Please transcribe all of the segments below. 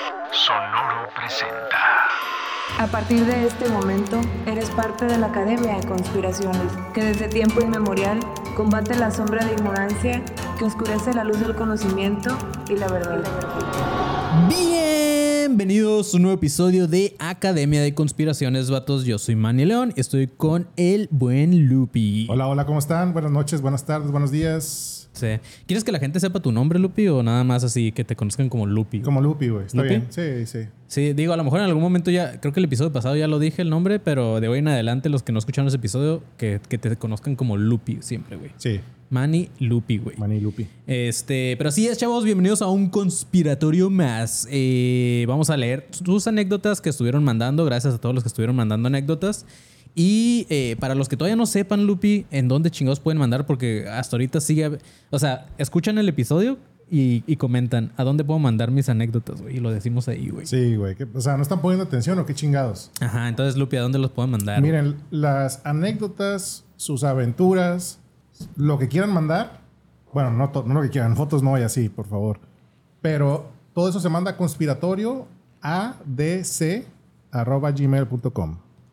Sonoro presenta. A partir de este momento, eres parte de la Academia de Conspiraciones, que desde tiempo inmemorial combate la sombra de ignorancia que oscurece la luz del conocimiento y la verdad. Bienvenidos a un nuevo episodio de Academia de Conspiraciones, vatos. Yo soy Manny León y estoy con el buen Lupi. Hola, ¿cómo están? Buenas noches, buenas tardes, buenos días. Sí. ¿Quieres que la gente sepa tu nombre, Lupi, o nada más así que te conozcan como Lupi? Como Lupi, güey. Está ¿Lupi? bien. Sí. Sí, digo, a lo mejor en algún momento ya, creo que el episodio pasado ya lo dije el nombre, pero de hoy en adelante los que no escucharon ese episodio, que te conozcan como Lupi siempre, güey. Sí. Manny Lupi, güey. Manny Lupi. Pero así es, chavos, bienvenidos a un conspiratorio más. Vamos a leer sus anécdotas que estuvieron mandando. Gracias a todos los que estuvieron mandando anécdotas. Y para los que todavía no sepan, Lupi, en dónde chingados pueden mandar, porque hasta ahorita sigue... O sea, escuchan el episodio y comentan a dónde puedo mandar mis anécdotas, güey. Y lo decimos ahí, güey. Sí, güey. O sea, ¿no están poniendo atención o qué chingados? Ajá, entonces, Lupi, ¿a dónde los pueden mandar? Miren, las anécdotas, sus aventuras, lo que quieran mandar. Bueno, no lo que quieran. Fotos no hay así, por favor. Pero todo eso se manda a conspiratorioadc@gmail.com.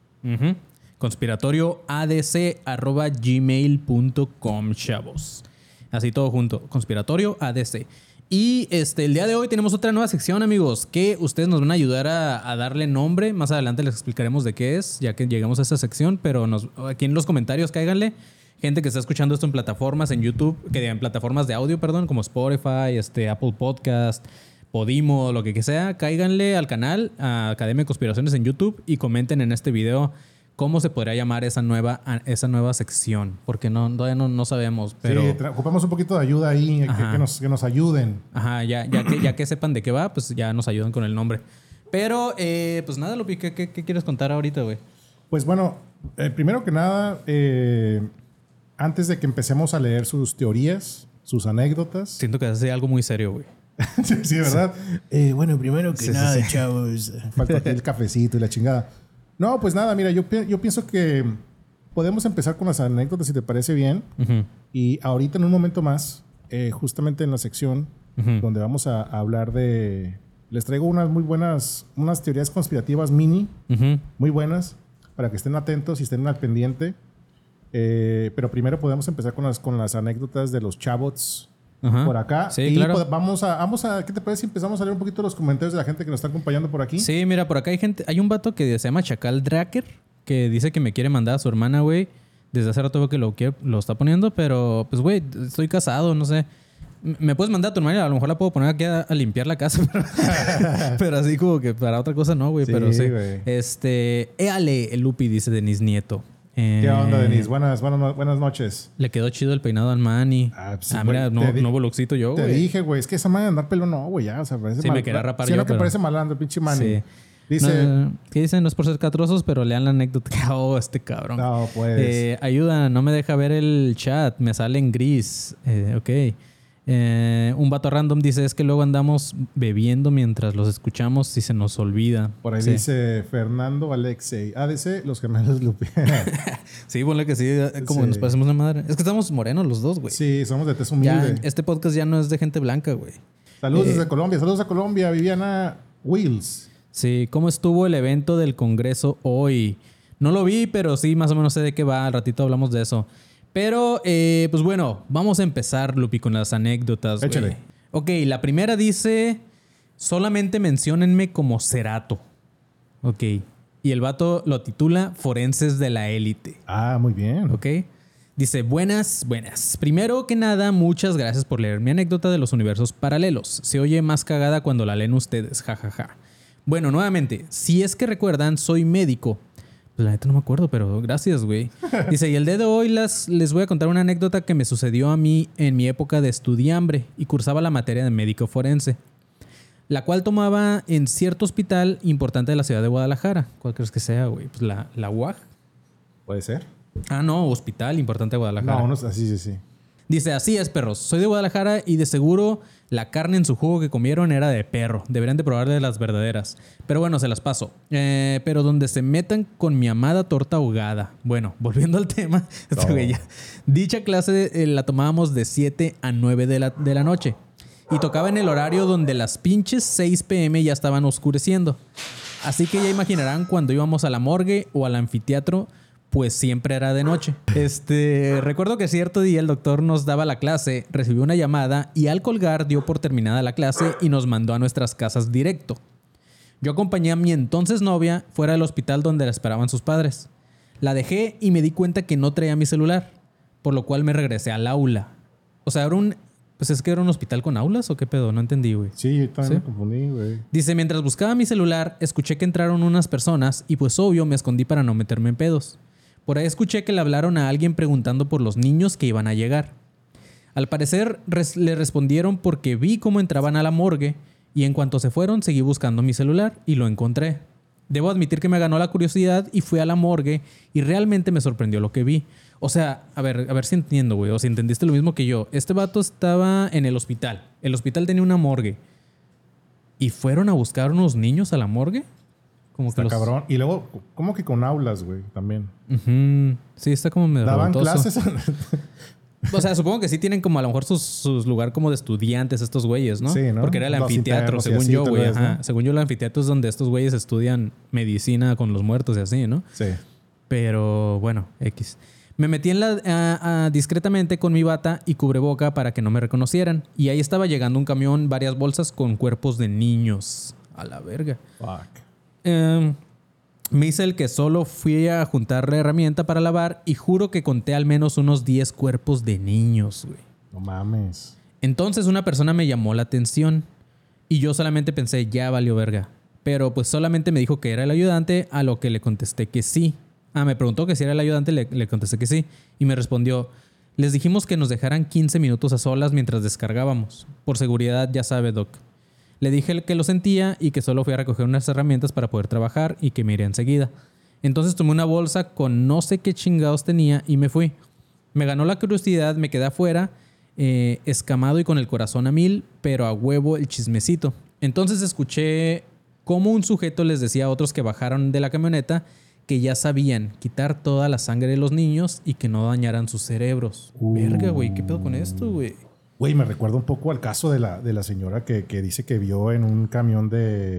conspiratorioadc@gmail.com, chavos. Así todo junto. Conspiratorioadc. Y el día de hoy tenemos otra nueva sección, amigos, que ustedes nos van a ayudar a darle nombre. Más adelante les explicaremos de qué es, ya que llegamos a esa sección. Pero aquí en los comentarios cáiganle. Gente que está escuchando esto en plataformas, en YouTube, en plataformas de audio, perdón, como Spotify, Apple Podcast, Podimo, lo que sea. Cáiganle al canal, a Academia de Conspiraciones en YouTube, y comenten en este video cómo se podría llamar esa nueva sección. Porque todavía no sabemos. Pero sí, ocupamos un poquito de ayuda ahí, que nos ayuden. Ajá, ya que sepan de qué va, pues ya nos ayudan con el nombre. Pero, pues nada, Lupi, ¿qué quieres contar ahorita, güey? Pues bueno, primero que nada, antes de que empecemos a leer sus teorías, sus anécdotas. Siento que hace algo muy serio, güey. Sí, ¿verdad? Bueno, primero que nada, chavos. Falta aquí el cafecito y la chingada. No, pues nada, mira, yo pienso que podemos empezar con las anécdotas, si te parece bien. Uh-huh. Y ahorita en un momento más, justamente en la sección donde vamos a hablar de... Les traigo unas teorías conspirativas mini, muy buenas, para que estén atentos y estén al pendiente. Pero primero podemos empezar con las anécdotas de los chavots por acá. Sí, y claro. vamos a ¿qué te parece si empezamos a leer un poquito los comentarios de la gente que nos está acompañando por aquí? Sí, mira, por acá hay un vato que se llama Chacal Draker, que dice que me quiere mandar a su hermana, güey. Desde hace rato veo que lo está poniendo, pero pues, güey, estoy casado, no sé. ¿Me puedes mandar a tu hermana? A lo mejor la puedo poner aquí a limpiar la casa, pero así como que para otra cosa no, güey. Sí, pero sí. Güey. Éale, el Lupi, dice Denis Nieto. ¿Qué onda, Denis? Buenas noches. Le quedó chido el peinado al Manny. Sí, mira, güey, nuevo lookcito yo, güey. Te dije, güey, es que esa manera de andar pelo no, güey, ya. O sea, parece sí, me quería rapar yo, yo, que parece malandro, el pinche Manny. Sí. Dice... ¿Qué dicen? No es por ser catrosos, pero lean la anécdota. Oh, cabrón. No, pues. Ayuda, no me deja ver el chat. Me sale en gris. Ok. Un vato random dice, es que luego andamos bebiendo mientras los escuchamos y se nos olvida. Por ahí sí. Dice Fernando Alexei. ADC, los gemelos Lupi. Sí, ponle que sí, como sí. Nos parecemos una madre. Es que estamos morenos los dos, güey. Sí, somos de tez humilde. Este podcast ya no es de gente blanca, güey. Saludos desde Colombia. Saludos a Colombia, Viviana Wills. Sí, ¿cómo estuvo el evento del Congreso hoy? No lo vi, pero sí, más o menos sé de qué va. Al ratito hablamos de eso. Pero, pues bueno, vamos a empezar, Lupi, con las anécdotas. Échale. Ok, la primera dice, solamente menciónenme como Cerato. Ok. Y el vato lo titula Forenses de la Élite. Ah, muy bien. Ok. Dice, buenas. Primero que nada, muchas gracias por leer mi anécdota de los universos paralelos. Se oye más cagada cuando la leen ustedes, jajaja. Bueno, nuevamente, si es que recuerdan, soy médico. Pues la neta no me acuerdo, pero gracias, güey. Dice, y el día de hoy les voy a contar una anécdota que me sucedió a mí en mi época de estudiambre y cursaba la materia de médico forense, la cual tomaba en cierto hospital importante de la ciudad de Guadalajara. ¿Cuál crees que sea, güey? Pues la UAG. ¿Puede ser? Ah, no, hospital importante de Guadalajara. No, así, sí. Dice, así es, perros. Soy de Guadalajara y de seguro la carne en su jugo que comieron era de perro. Deberían de probar de las verdaderas. Pero bueno, se las paso. Pero donde se metan con mi amada torta ahogada. Bueno, volviendo al tema. Dicha clase la tomábamos de 7 a 9 de la noche. Y tocaba en el horario donde las pinches 6 p.m. ya estaban oscureciendo. Así que ya imaginarán cuando íbamos a la morgue o al anfiteatro, pues siempre era de noche. Recuerdo que cierto día el doctor nos daba la clase, recibió una llamada y al colgar dio por terminada la clase y nos mandó a nuestras casas directo. Yo acompañé a mi entonces novia fuera del hospital donde la esperaban sus padres. La dejé y me di cuenta que no traía mi celular, por lo cual me regresé al aula. O sea, pues es que era un hospital con aulas o qué pedo, no entendí, güey. Sí, yo también me confundí, güey. Dice, mientras buscaba mi celular, escuché que entraron unas personas y pues obvio me escondí para no meterme en pedos. Por ahí escuché que le hablaron a alguien preguntando por los niños que iban a llegar. Al parecer le respondieron porque vi cómo entraban a la morgue y en cuanto se fueron seguí buscando mi celular y lo encontré. Debo admitir que me ganó la curiosidad y fui a la morgue y realmente me sorprendió lo que vi. O sea, a ver si entiendo, güey, o si entendiste lo mismo que yo. Este vato estaba en el hospital. El hospital tenía una morgue. ¿Y fueron a buscar unos niños a la morgue? Como está que cabrón. Y luego, ¿cómo que con aulas, güey? También. Sí, está como medio ¿daban revoltoso. clases? O sea, supongo que sí tienen como a lo mejor sus lugar como de estudiantes estos güeyes, ¿no? Sí, ¿no? Porque era el Los anfiteatro, internos y según así, yo, tal güey. vez, Ajá. ¿no? Según yo, el anfiteatro es donde estos güeyes estudian medicina con los muertos y así, ¿no? Sí. Pero bueno, X. Me metí discretamente con mi bata y cubreboca para que no me reconocieran. Y ahí estaba llegando un camión, varias bolsas con cuerpos de niños. A la verga. Fuck. Me hice el que solo fui a juntar la herramienta para lavar y juro que conté al menos unos 10 cuerpos de niños, güey. No mames. Entonces una persona me llamó la atención y yo solamente pensé, ya valió verga. Pero pues solamente me dijo que era el ayudante, a lo que le contesté que sí. Me preguntó que si era el ayudante, le contesté que sí. Y me respondió, les dijimos que nos dejaran 15 minutos a solas mientras descargábamos. Por seguridad, ya sabe, Doc. Le dije que lo sentía y que solo fui a recoger unas herramientas para poder trabajar y que me iría enseguida. Entonces tomé una bolsa con no sé qué chingados tenía y me fui. Me ganó la curiosidad, me quedé afuera, escamado y con el corazón a mil, pero a huevo el chismecito. Entonces escuché cómo un sujeto les decía a otros que bajaron de la camioneta que ya sabían quitar toda la sangre de los niños y que no dañaran sus cerebros. Verga, güey, ¿qué pedo con esto, güey? Güey, me recuerda un poco al caso de la señora que dice que vio en un camión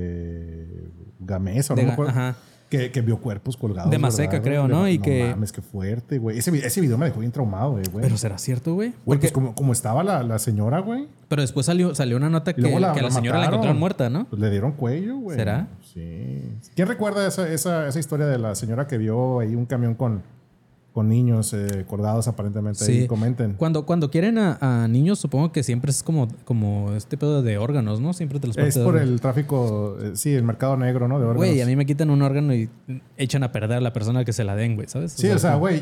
de Gamesa, no me acuerdo. Ajá. Que vio cuerpos colgados. De Maseca, creo, ¿no? Y que... No mames, qué fuerte, güey. Ese video me dejó bien traumado, güey. Pero ¿será cierto, güey? Güey, pues como estaba la señora, güey. Pero después salió una nota que a la señora la encontraron muerta, ¿no? Pues le dieron cuello, güey. ¿Será? Sí. ¿Quién recuerda esa historia de la señora que vio ahí un camión con niños colgados aparentemente? Sí. Ahí comenten. Cuando quieren a niños, supongo que siempre es como este pedo de órganos, ¿no? Siempre te los Es por el tráfico, sí, el mercado negro, ¿no? De órganos. Güey, a mí me quitan un órgano y echan a perder a la persona que se la den, güey, ¿sabes? Sí, o sea, güey.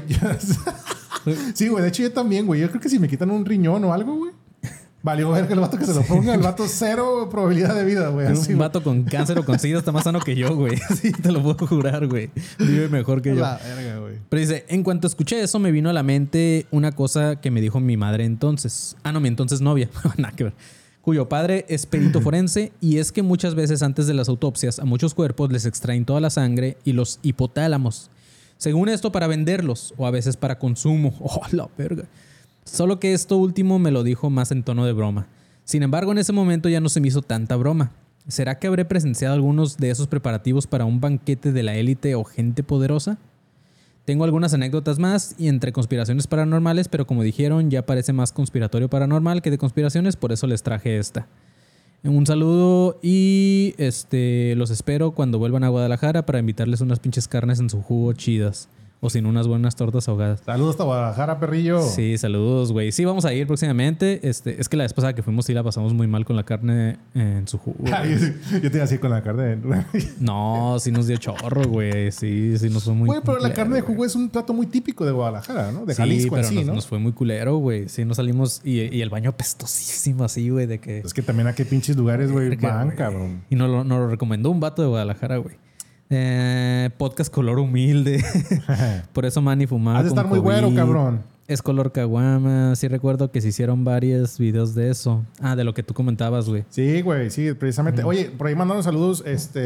Sí, güey. De hecho, yo también, güey. Yo creo que si me quitan un riñón o algo, güey. Valió ver que el vato que se lo ponga, el vato cero probabilidad de vida, güey. Un vato con cáncer o con SIDA está más sano que yo, güey. Sí, te lo puedo jurar, güey. Vive mejor que yo. La verga, güey. Pero dice, en cuanto escuché eso, me vino a la mente una cosa que me dijo mi madre entonces. Mi entonces novia. Nada que ver. Cuyo padre es perito forense. Y es que muchas veces antes de las autopsias a muchos cuerpos les extraen toda la sangre y los hipotálamos. Según esto, para venderlos o a veces para consumo. ¡Oh, la verga! Solo que esto último me lo dijo más en tono de broma. Sin embargo, en ese momento ya no se me hizo tanta broma. ¿Será que habré presenciado algunos de esos preparativos para un banquete de la élite o gente poderosa? Tengo algunas anécdotas más y entre conspiraciones paranormales, pero como dijeron, ya parece más conspiratorio paranormal que de conspiraciones, por eso les traje esta. Un saludo y los espero cuando vuelvan a Guadalajara para invitarles unas pinches carnes en su jugo chidas. O sin unas buenas tortas ahogadas. Saludos hasta Guadalajara, perrillo. Sí, saludos, güey. Sí, vamos a ir próximamente. Es que la vez pasada que fuimos sí la pasamos muy mal con la carne en su jugo. Yo te iba a decir con la carne. No, sí nos dio chorro, güey. Sí nos fue muy... Güey, pero la carne de jugo es un plato muy típico de Guadalajara, ¿no? De Jalisco, pero así, ¿no? nos fue muy culero, güey. Sí, nos salimos y el baño apestosísimo así, güey, de que... Es que también a qué pinches lugares, güey, van, cabrón. Y nos lo recomendó un vato de Guadalajara, güey. Podcast color humilde. Por eso Manny fumaba. Has de estar muy güero, cabrón. Es color caguama. Sí recuerdo que se hicieron varios videos de eso. De lo que tú comentabas, güey. Sí, güey, sí, precisamente. Oye, por ahí mandando saludos.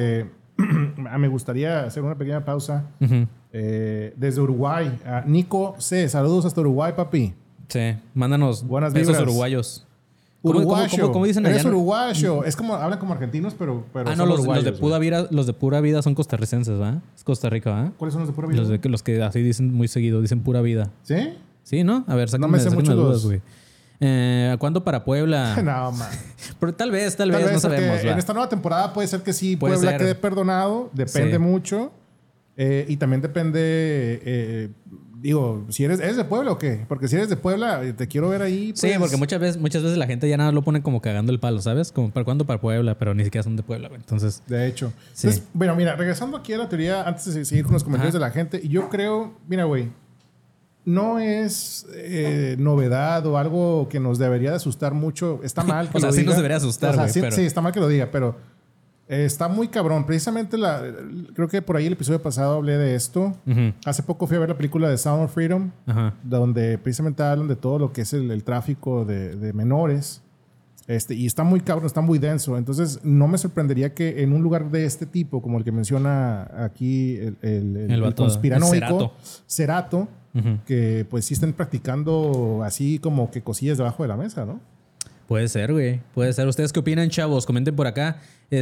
Me gustaría hacer una pequeña pausa. Desde Uruguay. Nico C. Saludos hasta Uruguay, papi. Sí, mándanos buenas besos vibras uruguayos. Uruguayo. ¿Cómo dicen allá? Eres uruguayo. Es como, hablan como argentinos, pero No, son los uruguayos, de pura vida son costarricenses, ¿va? Es Costa Rica, ¿va? ¿Cuáles son los de pura vida? Los que así dicen muy seguido, dicen pura vida. ¿Sí? Sí, ¿no? A ver, No me sé mucho dudas, los... güey. ¿Cuándo para Puebla? No, man. Pero tal vez, no sabemos. En esta nueva temporada puede ser que sí, Puede Puebla ser. quede perdonado. Depende mucho. Y también depende... digo, si eres de Puebla o qué. Porque si eres de Puebla, te quiero ver ahí. Pues... Sí, porque muchas veces la gente ya nada lo pone como cagando el palo, ¿sabes? Como para cuándo para Puebla, pero ni siquiera son de Puebla, güey. Entonces... De hecho. Sí. Entonces, bueno, mira, regresando aquí a la teoría, antes de seguir con los comentarios de la gente, yo creo... Mira, güey. No es novedad o algo que nos debería de asustar mucho. Está mal que o sea, lo sí diga. nos debería asustar, güey. Sí, está mal que lo diga, pero está muy cabrón. Precisamente creo que por ahí el episodio pasado hablé de esto. Uh-huh. Hace poco fui a ver la película de Sound of Freedom, donde precisamente hablan de todo lo que es el tráfico de menores. Y está muy cabrón, está muy denso. Entonces, no me sorprendería que en un lugar de este tipo, como el que menciona aquí el conspiranoico, Cerato, que pues sí estén practicando así como que cosillas debajo de la mesa, ¿no? Puede ser, güey. Puede ser. ¿Ustedes qué opinan, chavos? Comenten por acá.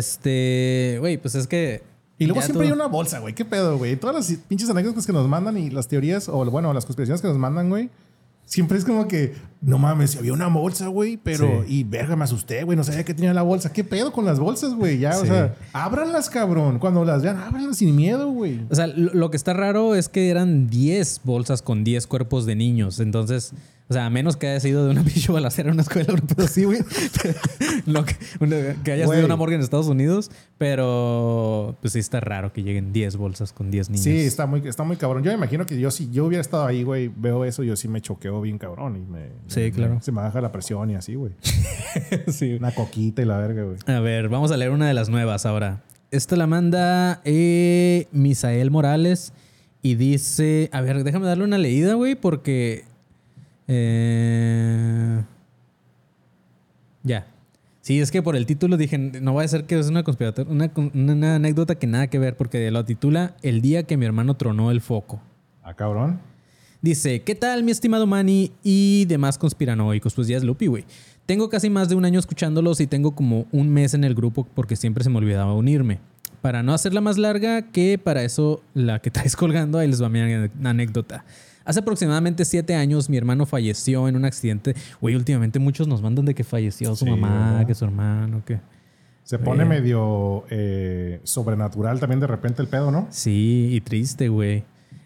Güey, pues es que... Y luego siempre hay una bolsa, güey. ¿Qué pedo, güey? Todas las pinches anécdotas que nos mandan y las teorías, o bueno, las conspiraciones que nos mandan, güey, siempre es como que, no mames, había una bolsa, güey, pero... Sí. Y verga, me asusté, güey, no sabía que tenía la bolsa. ¿Qué pedo con las bolsas, güey? Ya, Sí. o sea, ábranlas, cabrón. Cuando las vean, ábranlas sin miedo, güey. O sea, lo que está raro es que eran 10 bolsas con 10 cuerpos de niños. Entonces, o sea, a menos que haya sido de una pinche balacera en una escuela, pero sí, güey. que haya sido una morgue en Estados Unidos. Pero, pues sí está raro que lleguen 10 bolsas con 10 niños. Sí, está muy cabrón. Yo me imagino que si yo hubiera estado ahí, güey, veo eso, yo sí me choqueo bien cabrón. Claro. Se me baja la presión y así, güey. Sí. Una coquita y la verga, güey. A ver, vamos a leer una de las nuevas ahora. Esta la manda Misael Morales y dice... A ver, déjame darle una leída, güey, porque... Ya. Sí, es que por el título dije, no va a ser que es una anécdota que nada que ver, porque lo titula El día que mi hermano tronó el foco. Ah, cabrón. Dice, ¿qué tal, mi estimado Manny y demás conspiranoicos? Pues ya es Lupi, güey. Tengo casi más de un año escuchándolos y tengo como un mes en el grupo porque siempre se me olvidaba unirme. Para no hacerla más larga, que para eso la que traes colgando, ahí les va mi anécdota. Hace aproximadamente 7 años mi hermano falleció en un accidente. Güey, últimamente muchos nos mandan de que falleció su mamá, ¿verdad? Que su hermano, que... Se pone medio sobrenatural también de repente el pedo, ¿no? Sí, y triste, güey.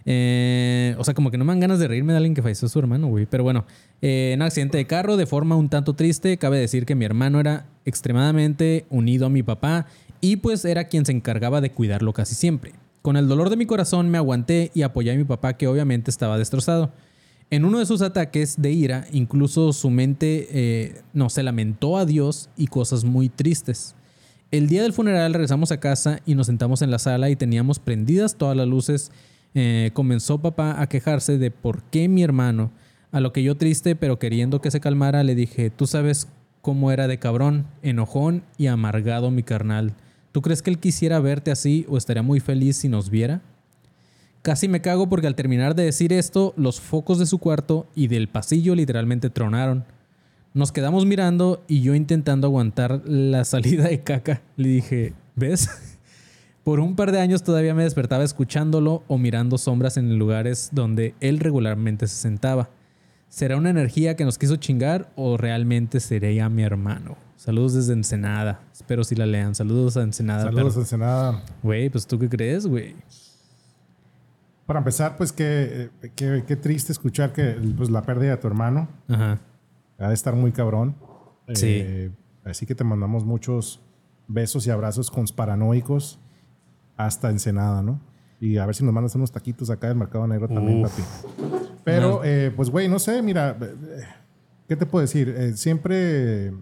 O sea, como que no me dan ganas de reírme de alguien que falleció su hermano, güey. Pero bueno, en un accidente de carro, de forma un tanto triste, cabe decir que mi hermano era extremadamente unido a mi papá y pues era quien se encargaba de cuidarlo casi siempre. Con el dolor de mi corazón me aguanté y apoyé a mi papá, que obviamente estaba destrozado. En uno de sus ataques de ira, incluso su mente se lamentó a Dios y cosas muy tristes. El día del funeral regresamos a casa y nos sentamos en la sala y teníamos prendidas todas las luces. Comenzó papá a quejarse de por qué mi hermano, a lo que yo triste pero queriendo que se calmara le dije, tú sabes cómo era de cabrón, enojón y amargado mi carnal. ¿Tú crees que él quisiera verte así o estaría muy feliz si nos viera? Casi me cago porque al terminar de decir esto, los focos de su cuarto y del pasillo literalmente tronaron. Nos quedamos mirando y yo intentando aguantar la salida de caca. Le dije, ¿ves? Por un par de años todavía me despertaba escuchándolo o mirando sombras en lugares donde él regularmente se sentaba. ¿Será una energía que nos quiso chingar o realmente sería mi hermano? Saludos desde Ensenada. Espero si la lean. Saludos a Ensenada. Saludos a Ensenada. Güey, pues ¿tú qué crees, güey? Para empezar, pues qué triste escuchar que pues, la pérdida de tu hermano. Ajá. Ha de estar muy cabrón. Sí. Así que te mandamos muchos besos y abrazos conspiranoicos hasta Ensenada, ¿no? Y a ver si nos mandas unos taquitos acá del Mercado Negro también, papi. Pero, pues, güey, no sé, mira, ¿qué te puedo decir? Siempre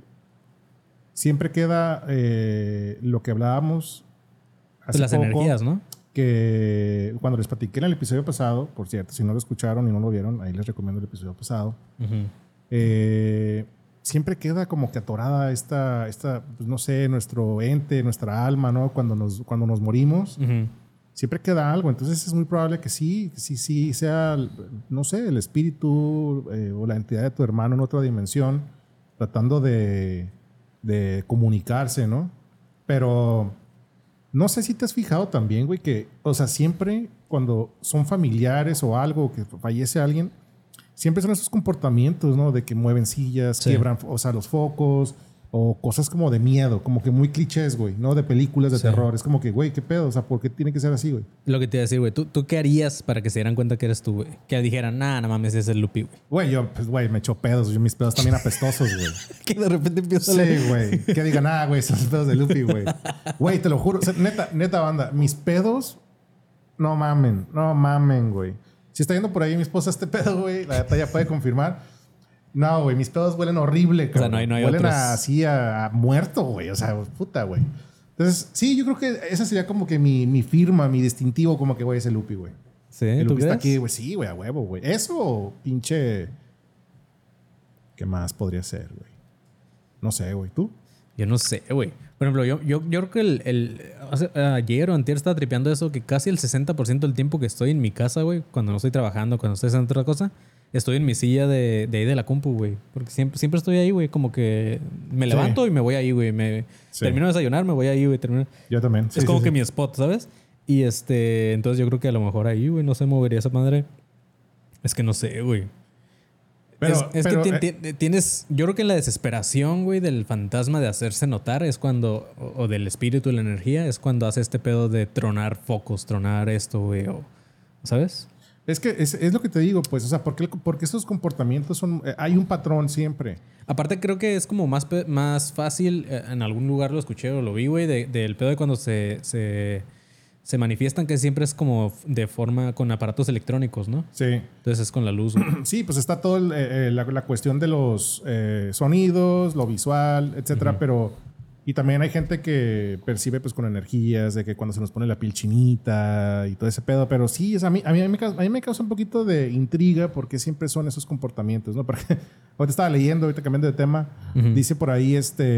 queda lo que hablábamos hace las poco, energías, ¿no? Que cuando les platiqué en el episodio pasado, por cierto, si no lo escucharon y no lo vieron, ahí les recomiendo el episodio pasado. Uh-huh. Siempre queda como que atorada esta pues, no sé, nuestro ente, nuestra alma, ¿no? Cuando nos morimos. Uh-huh. Siempre queda algo, entonces es muy probable que sí sea, no sé, el espíritu o la entidad de tu hermano en otra dimensión tratando de comunicarse, ¿no? Pero no sé si te has fijado también, güey, que, o sea, siempre cuando son familiares o algo, que fallece alguien, siempre son esos comportamientos, ¿no? De que mueven sillas, quiebran, o sea, los focos, o cosas como de miedo, como que muy clichés, güey, ¿no? De películas de terror. Es como que, güey, ¿qué pedo? O sea, ¿por qué tiene que ser así, güey? Lo que te iba a decir, güey. ¿Tú qué harías para que se dieran cuenta que eres tú, güey? Que dijeran, nah, no mames, ese es el Lupi, güey. Güey, yo, pues, güey, me echo pedos. Mis pedos también apestosos, güey. Que de repente empieza Sí, güey. Que digan, güey, son los pedos de Lupi, güey. Güey, te lo juro. O sea, neta, banda. Mis pedos, no mamen, güey. Si está yendo por ahí mi esposa este pedo, güey, la neta ya puede confirmar. No, güey, mis pedos huelen horrible, cabrón. O sea, no hay huelen otros. Así a muerto, güey. O sea, puta, güey. Entonces, sí, yo creo que esa sería como que mi firma, mi distintivo, como que, güey, es el Lupi, güey. Sí, El ¿tú Lupi está crees? aquí, güey. Sí, güey, a huevo, güey. Eso, pinche... ¿Qué más podría ser, güey? No sé, güey. ¿Tú? Yo no sé, güey. Por ejemplo, yo creo que ayer o antier estaba tripeando eso, que casi el 60% del tiempo que estoy en mi casa, güey, cuando no estoy trabajando, cuando estoy haciendo otra cosa, estoy en mi silla de ahí de la compu, güey. Porque siempre estoy ahí, güey. Como que me levanto y me voy ahí, güey. Termino de desayunar, me voy ahí, güey. Yo también. Sí, es como sí, que sí. mi spot, ¿sabes? Y entonces yo creo que a lo mejor ahí, güey, no se movería esa madre. Es que no sé, güey. Que tienes... Yo creo que la desesperación, güey, del fantasma de hacerse notar es cuando... O del espíritu, la energía, es cuando hace este pedo de tronar focos, tronar esto, güey. ¿Sabes? Es que es lo que te digo, pues. O sea, porque estos comportamientos son... hay un patrón siempre. Aparte creo que es como más fácil, en algún lugar lo escuché o lo vi, güey, del pedo de cuando se manifiestan, que siempre es como de forma con aparatos electrónicos, ¿no? Sí. Entonces es con la luz, güey. Sí, pues está todo la cuestión de los sonidos, lo visual, etcétera, pero... Y también hay gente que percibe pues con energías, de que cuando se nos pone la piel chinita y todo ese pedo. Pero sí, a mí me causa un poquito de intriga porque siempre son esos comportamientos, ¿no? Porque ahorita estaba leyendo, ahorita cambiando de tema, dice por ahí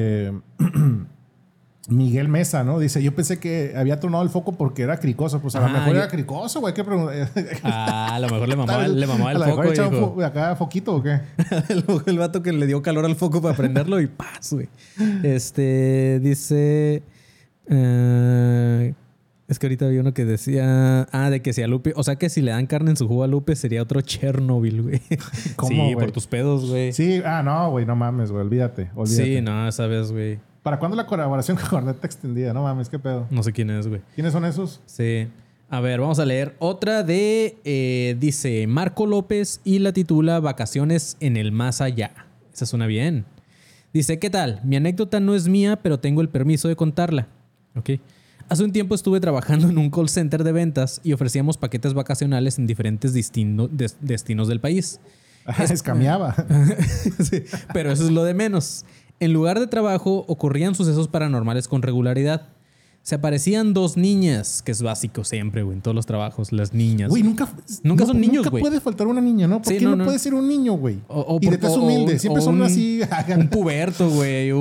Miguel Mesa, ¿no? Dice, yo pensé que había tronado el foco porque era cricoso. Pues a lo mejor era cricoso, güey. A lo mejor le mamaba el foco. ¿Le echaba acá foquito o qué? el vato que le dio calor al foco para prenderlo y ¡paz, güey! Dice... es que ahorita vi uno que decía... de que si a Lupe... O sea, que si le dan carne en su jugo a Lupe sería otro Chernobyl, güey. ¿Cómo, sí, güey? por tus pedos, güey. Sí, no, güey. No mames, güey. Olvídate. Sí, no, esa vez, güey. ¿Para cuándo la colaboración con Corneta extendida? No mames, qué pedo. No sé quién es, güey. ¿Quiénes son esos? Sí. A ver, vamos a leer otra de... dice Marco López y la titula Vacaciones en el Más Allá. Esa suena bien. Dice, ¿qué tal? Mi anécdota no es mía, pero tengo el permiso de contarla. Ok. Hace un tiempo estuve trabajando en un call center de ventas y ofrecíamos paquetes vacacionales en diferentes destinos del país. Escameaba. Sí, pero eso es lo de menos. En lugar de trabajo ocurrían sucesos paranormales con regularidad. Se aparecían 2 niñas, que es básico siempre, güey, en todos los trabajos, las niñas. Güey, nunca son niños, güey. Nunca puede faltar una niña, ¿no? ¿Por qué no puede ser un niño, güey? Y de tez humilde. Siempre son así. Un puberto, güey.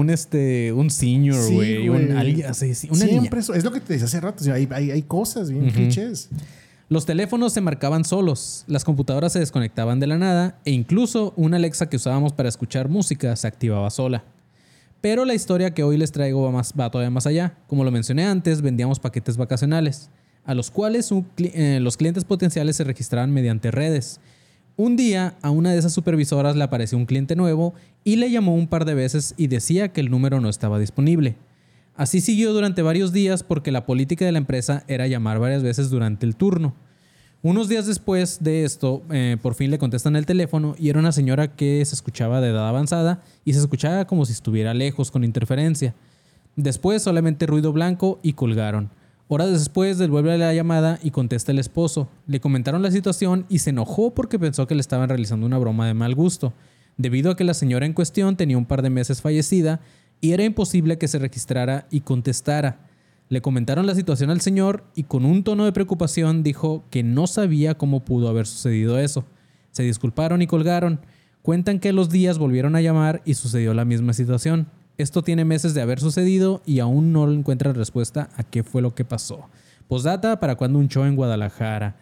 Un senior, güey. Sí, una siempre niña. es lo que te decía hace rato. O sea, hay cosas bien clichés. Los teléfonos se marcaban solos, las computadoras se desconectaban de la nada e incluso una Alexa que usábamos para escuchar música se activaba sola. Pero la historia que hoy les traigo va todavía más allá. Como lo mencioné antes, vendíamos paquetes vacacionales, a los cuales los clientes potenciales se registraban mediante redes. Un día a una de esas supervisoras le apareció un cliente nuevo y le llamó un par de veces y decía que el número no estaba disponible. Así siguió durante varios días porque la política de la empresa era llamar varias veces durante el turno. Unos días después de esto, por fin le contestan el teléfono y era una señora que se escuchaba de edad avanzada y se escuchaba como si estuviera lejos con interferencia. Después solamente ruido blanco y colgaron. Horas después devuelve la llamada y contesta el esposo. Le comentaron la situación y se enojó porque pensó que le estaban realizando una broma de mal gusto, debido a que la señora en cuestión tenía un par de meses fallecida y era imposible que se registrara y contestara. Le comentaron la situación al señor y con un tono de preocupación dijo que no sabía cómo pudo haber sucedido eso. Se disculparon y colgaron. Cuentan que a los días volvieron a llamar y sucedió la misma situación. Esto tiene meses de haber sucedido y aún no encuentran respuesta a qué fue lo que pasó. Postdata, ¿para cuándo un show en Guadalajara?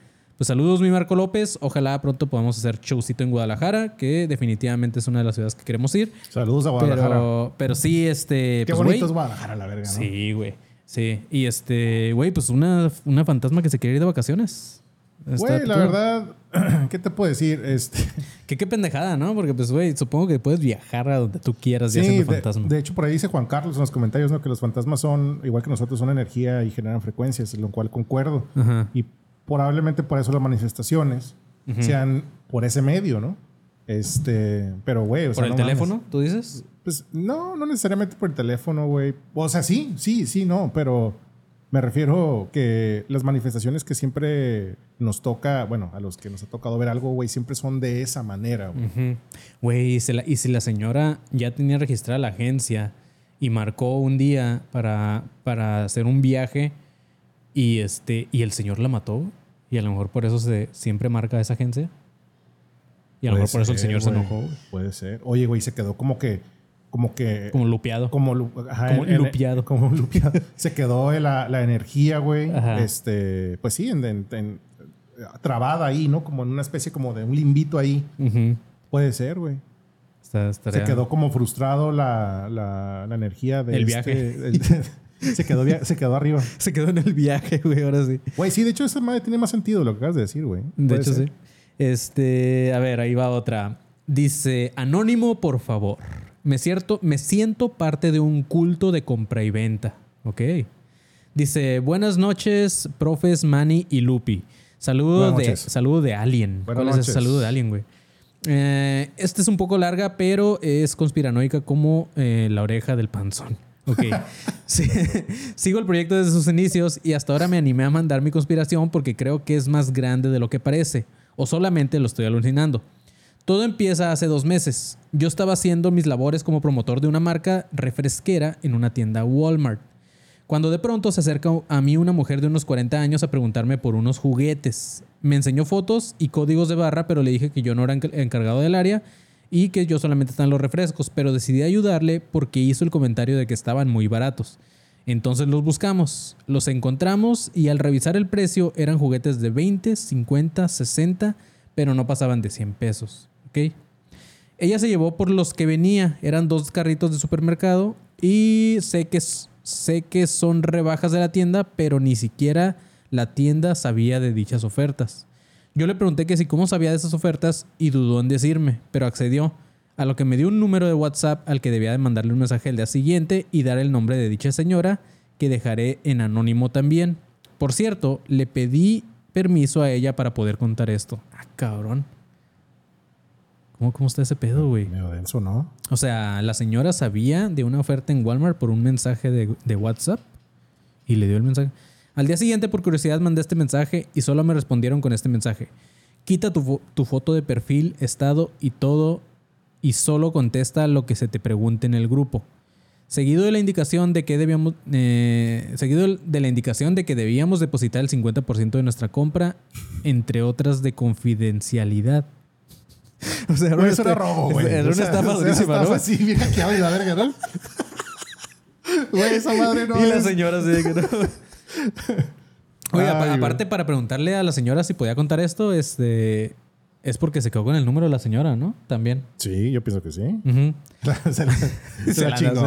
Pues saludos, mi Marco López. Ojalá pronto podamos hacer showcito en Guadalajara, que definitivamente es una de las ciudades que queremos ir. Saludos a Guadalajara. Pero sí, Qué pues, bonito es Guadalajara, la verga, ¿no? Sí, güey. Sí. Y güey, pues una fantasma que se quiere ir de vacaciones. Güey, la verdad, ¿qué te puedo decir? Qué pendejada, ¿no? Porque, pues, güey, supongo que puedes viajar a donde tú quieras ya siendo fantasma. De hecho, por ahí dice Juan Carlos en los comentarios, ¿no? Que los fantasmas son, igual que nosotros, son energía y generan frecuencias, lo cual concuerdo. Ajá. Y probablemente por eso las manifestaciones sean por ese medio, ¿no? Pero, güey, o sea, ¿Por el teléfono, tú dices? Pues no necesariamente por el teléfono, güey. O sea, sí, no, pero me refiero que las manifestaciones que siempre nos toca, bueno, a los que nos ha tocado ver algo, güey, siempre son de esa manera, güey. Güey, y si la señora ya tenía registrada la agencia y marcó un día para hacer un viaje y el señor la mató, y a lo mejor por eso siempre marca esa agencia. Y a lo mejor por eso el señor se enojó, güey. Puede ser. Oye, güey, se quedó como lupeado. Como lupeado. Se quedó la energía, güey. Pues sí, trabada ahí, ¿no? Como en una especie como de un limbito ahí. Puede ser, güey. Se quedó como frustrado la energía de el viaje. Se quedó arriba. Se quedó en el viaje, güey, ahora sí. Güey, sí, de hecho esa madre tiene más sentido lo que acabas de decir, güey. De hecho, sí. A ver, ahí va otra. Dice, anónimo, por favor. Me siento parte de un culto de compra y venta. Ok. Dice, buenas noches, profes Manny y Lupi. Saludo de Alien. Buenas ¿Cuál noches. es ese saludo de Alien, güey? Es un poco larga, pero es conspiranoica como la oreja del panzón. Ok. Sí. Sigo el proyecto desde sus inicios y hasta ahora me animé a mandar mi conspiración porque creo que es más grande de lo que parece. O solamente lo estoy alucinando. Todo empieza hace 2 meses. Yo estaba haciendo mis labores como promotor de una marca refresquera en una tienda Walmart, cuando de pronto se acerca a mí una mujer de unos 40 años a preguntarme por unos juguetes. Me enseñó fotos y códigos de barra, pero le dije que yo no era encargado del área y que yo solamente estaba en los refrescos, pero decidí ayudarle porque hizo el comentario de que estaban muy baratos. Entonces los buscamos, los encontramos y al revisar el precio eran juguetes de 20, 50, 60, pero no pasaban de 100 pesos. ¿Ok? Ella se llevó por los que venía, eran 2 carritos de supermercado y sé que son rebajas de la tienda, pero ni siquiera la tienda sabía de dichas ofertas. Yo le pregunté que si cómo sabía de esas ofertas y dudó en decirme, pero accedió, a lo que me dio un número de WhatsApp al que debía de mandarle un mensaje el día siguiente y dar el nombre de dicha señora, que dejaré en anónimo también. Por cierto, le pedí permiso a ella para poder contar esto. Ah, cabrón. ¿Cómo está ese pedo, güey? Medio denso, ¿no? O sea, la señora sabía de una oferta en Walmart por un mensaje de WhatsApp y le dio el mensaje. Al día siguiente, por curiosidad, mandé este mensaje y solo me respondieron con este mensaje. Quita tu foto de perfil, estado y todo y solo contesta lo que se te pregunte en el grupo. Seguido de la indicación de que debíamos depositar el 50% de nuestra compra, entre otras de confidencialidad. O sea, eso era robo, güey. Era una estafa durísima, ¿no? Sí, bien hackeado y la verga, ¿no? Güey, esa madre no. Y la señora sí que no. Oye, Ay, aparte, para preguntarle a la señora si podía contar esto, es porque se quedó con el número de la señora, ¿no? También. Sí, yo pienso que sí. Uh-huh. Se la chingó.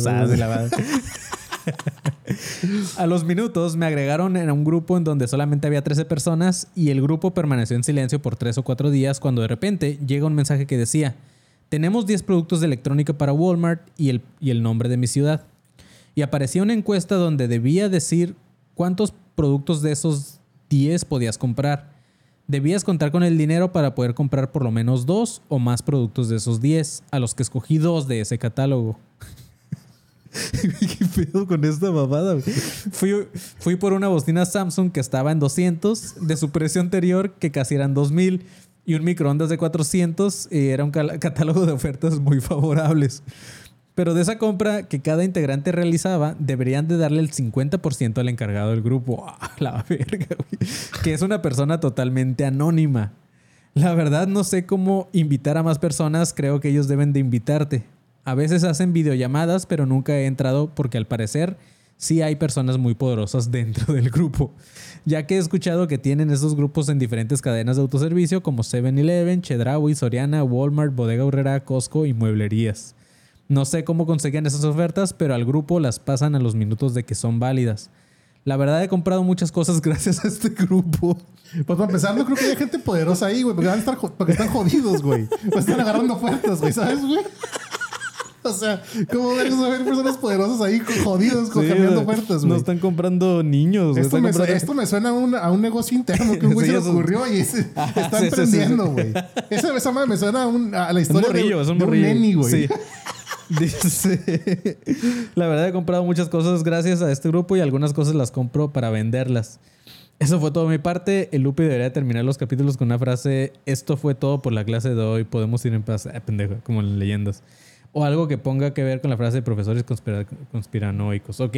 A los minutos me agregaron en un grupo en donde solamente había 13 personas y el grupo permaneció en silencio por 3 o 4 días cuando de repente llega un mensaje que decía: tenemos 10 productos de electrónica para Walmart y el nombre de mi ciudad. Y aparecía una encuesta donde debía decir cuántos productos de esos 10 podías comprar. Debías contar con el dinero para poder comprar por lo menos 2 o más productos de esos 10, a los que escogí 2 de ese catálogo. ¿Qué pedo con esta mamada? Fui por una bocina Samsung que estaba en 200 de su precio anterior, que casi eran 2000, y un microondas de 400. Era un catálogo de ofertas muy favorables. Pero de esa compra que cada integrante realizaba, deberían de darle el 50% al encargado del grupo. ¡Ah, la verga, güey! Que es una persona totalmente anónima. La verdad no sé cómo invitar a más personas. Creo que ellos deben de invitarte. A veces hacen videollamadas, pero nunca he entrado porque al parecer sí hay personas muy poderosas dentro del grupo, ya que he escuchado que tienen estos grupos en diferentes cadenas de autoservicio como 7-Eleven, Chedraui, Soriana, Walmart, Bodega Aurrera, Costco y mueblerías. No sé cómo consiguen esas ofertas, pero al grupo las pasan a los minutos de que son válidas. La verdad he comprado muchas cosas gracias a este grupo. Pues para empezar, no creo que haya gente poderosa ahí, güey, porque están jodidos, güey. Pues están agarrando ofertas, güey, ¿sabes, güey? O sea, ¿cómo vergas a ver personas poderosas ahí jodidos cambiando ofertas, güey? No están comprando niños. Esto me suena a un negocio interno que un güey se le ocurrió y está emprendiendo, güey. Esa madre me suena a la historia de un neni, güey. Sí. Dice, la verdad he comprado muchas cosas gracias a este grupo y algunas cosas las compro para venderlas. Eso fue todo de mi parte. El Lupe debería terminar los capítulos con una frase: esto fue todo por la clase de hoy, podemos ir en paz. Pendejo, como en leyendas. O algo que ponga que ver con la frase de profesores conspiranoicos. Ok,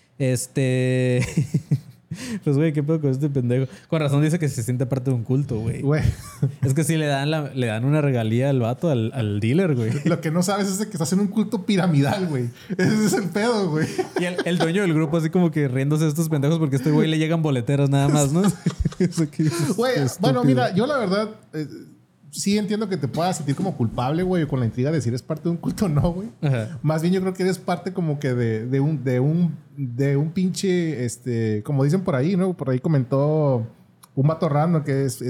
pues, güey, ¿qué pedo con este pendejo? Con razón dice que se siente parte de un culto, güey. Es que sí le dan una regalía al vato, al dealer, güey. Lo que no sabes es de que estás en un culto piramidal, güey. Ese es el pedo, güey. Y el dueño del grupo así como que riéndose de estos pendejos porque a este güey le llegan boleteras nada más, ¿no? Güey, bueno, mira, yo la verdad... sí entiendo que te puedas sentir como culpable, güey, o con la intriga de si eres parte de un culto o no, güey. Más bien yo creo que eres parte como que de un pinche, como dicen por ahí, ¿no? Por ahí comentó un vato random que es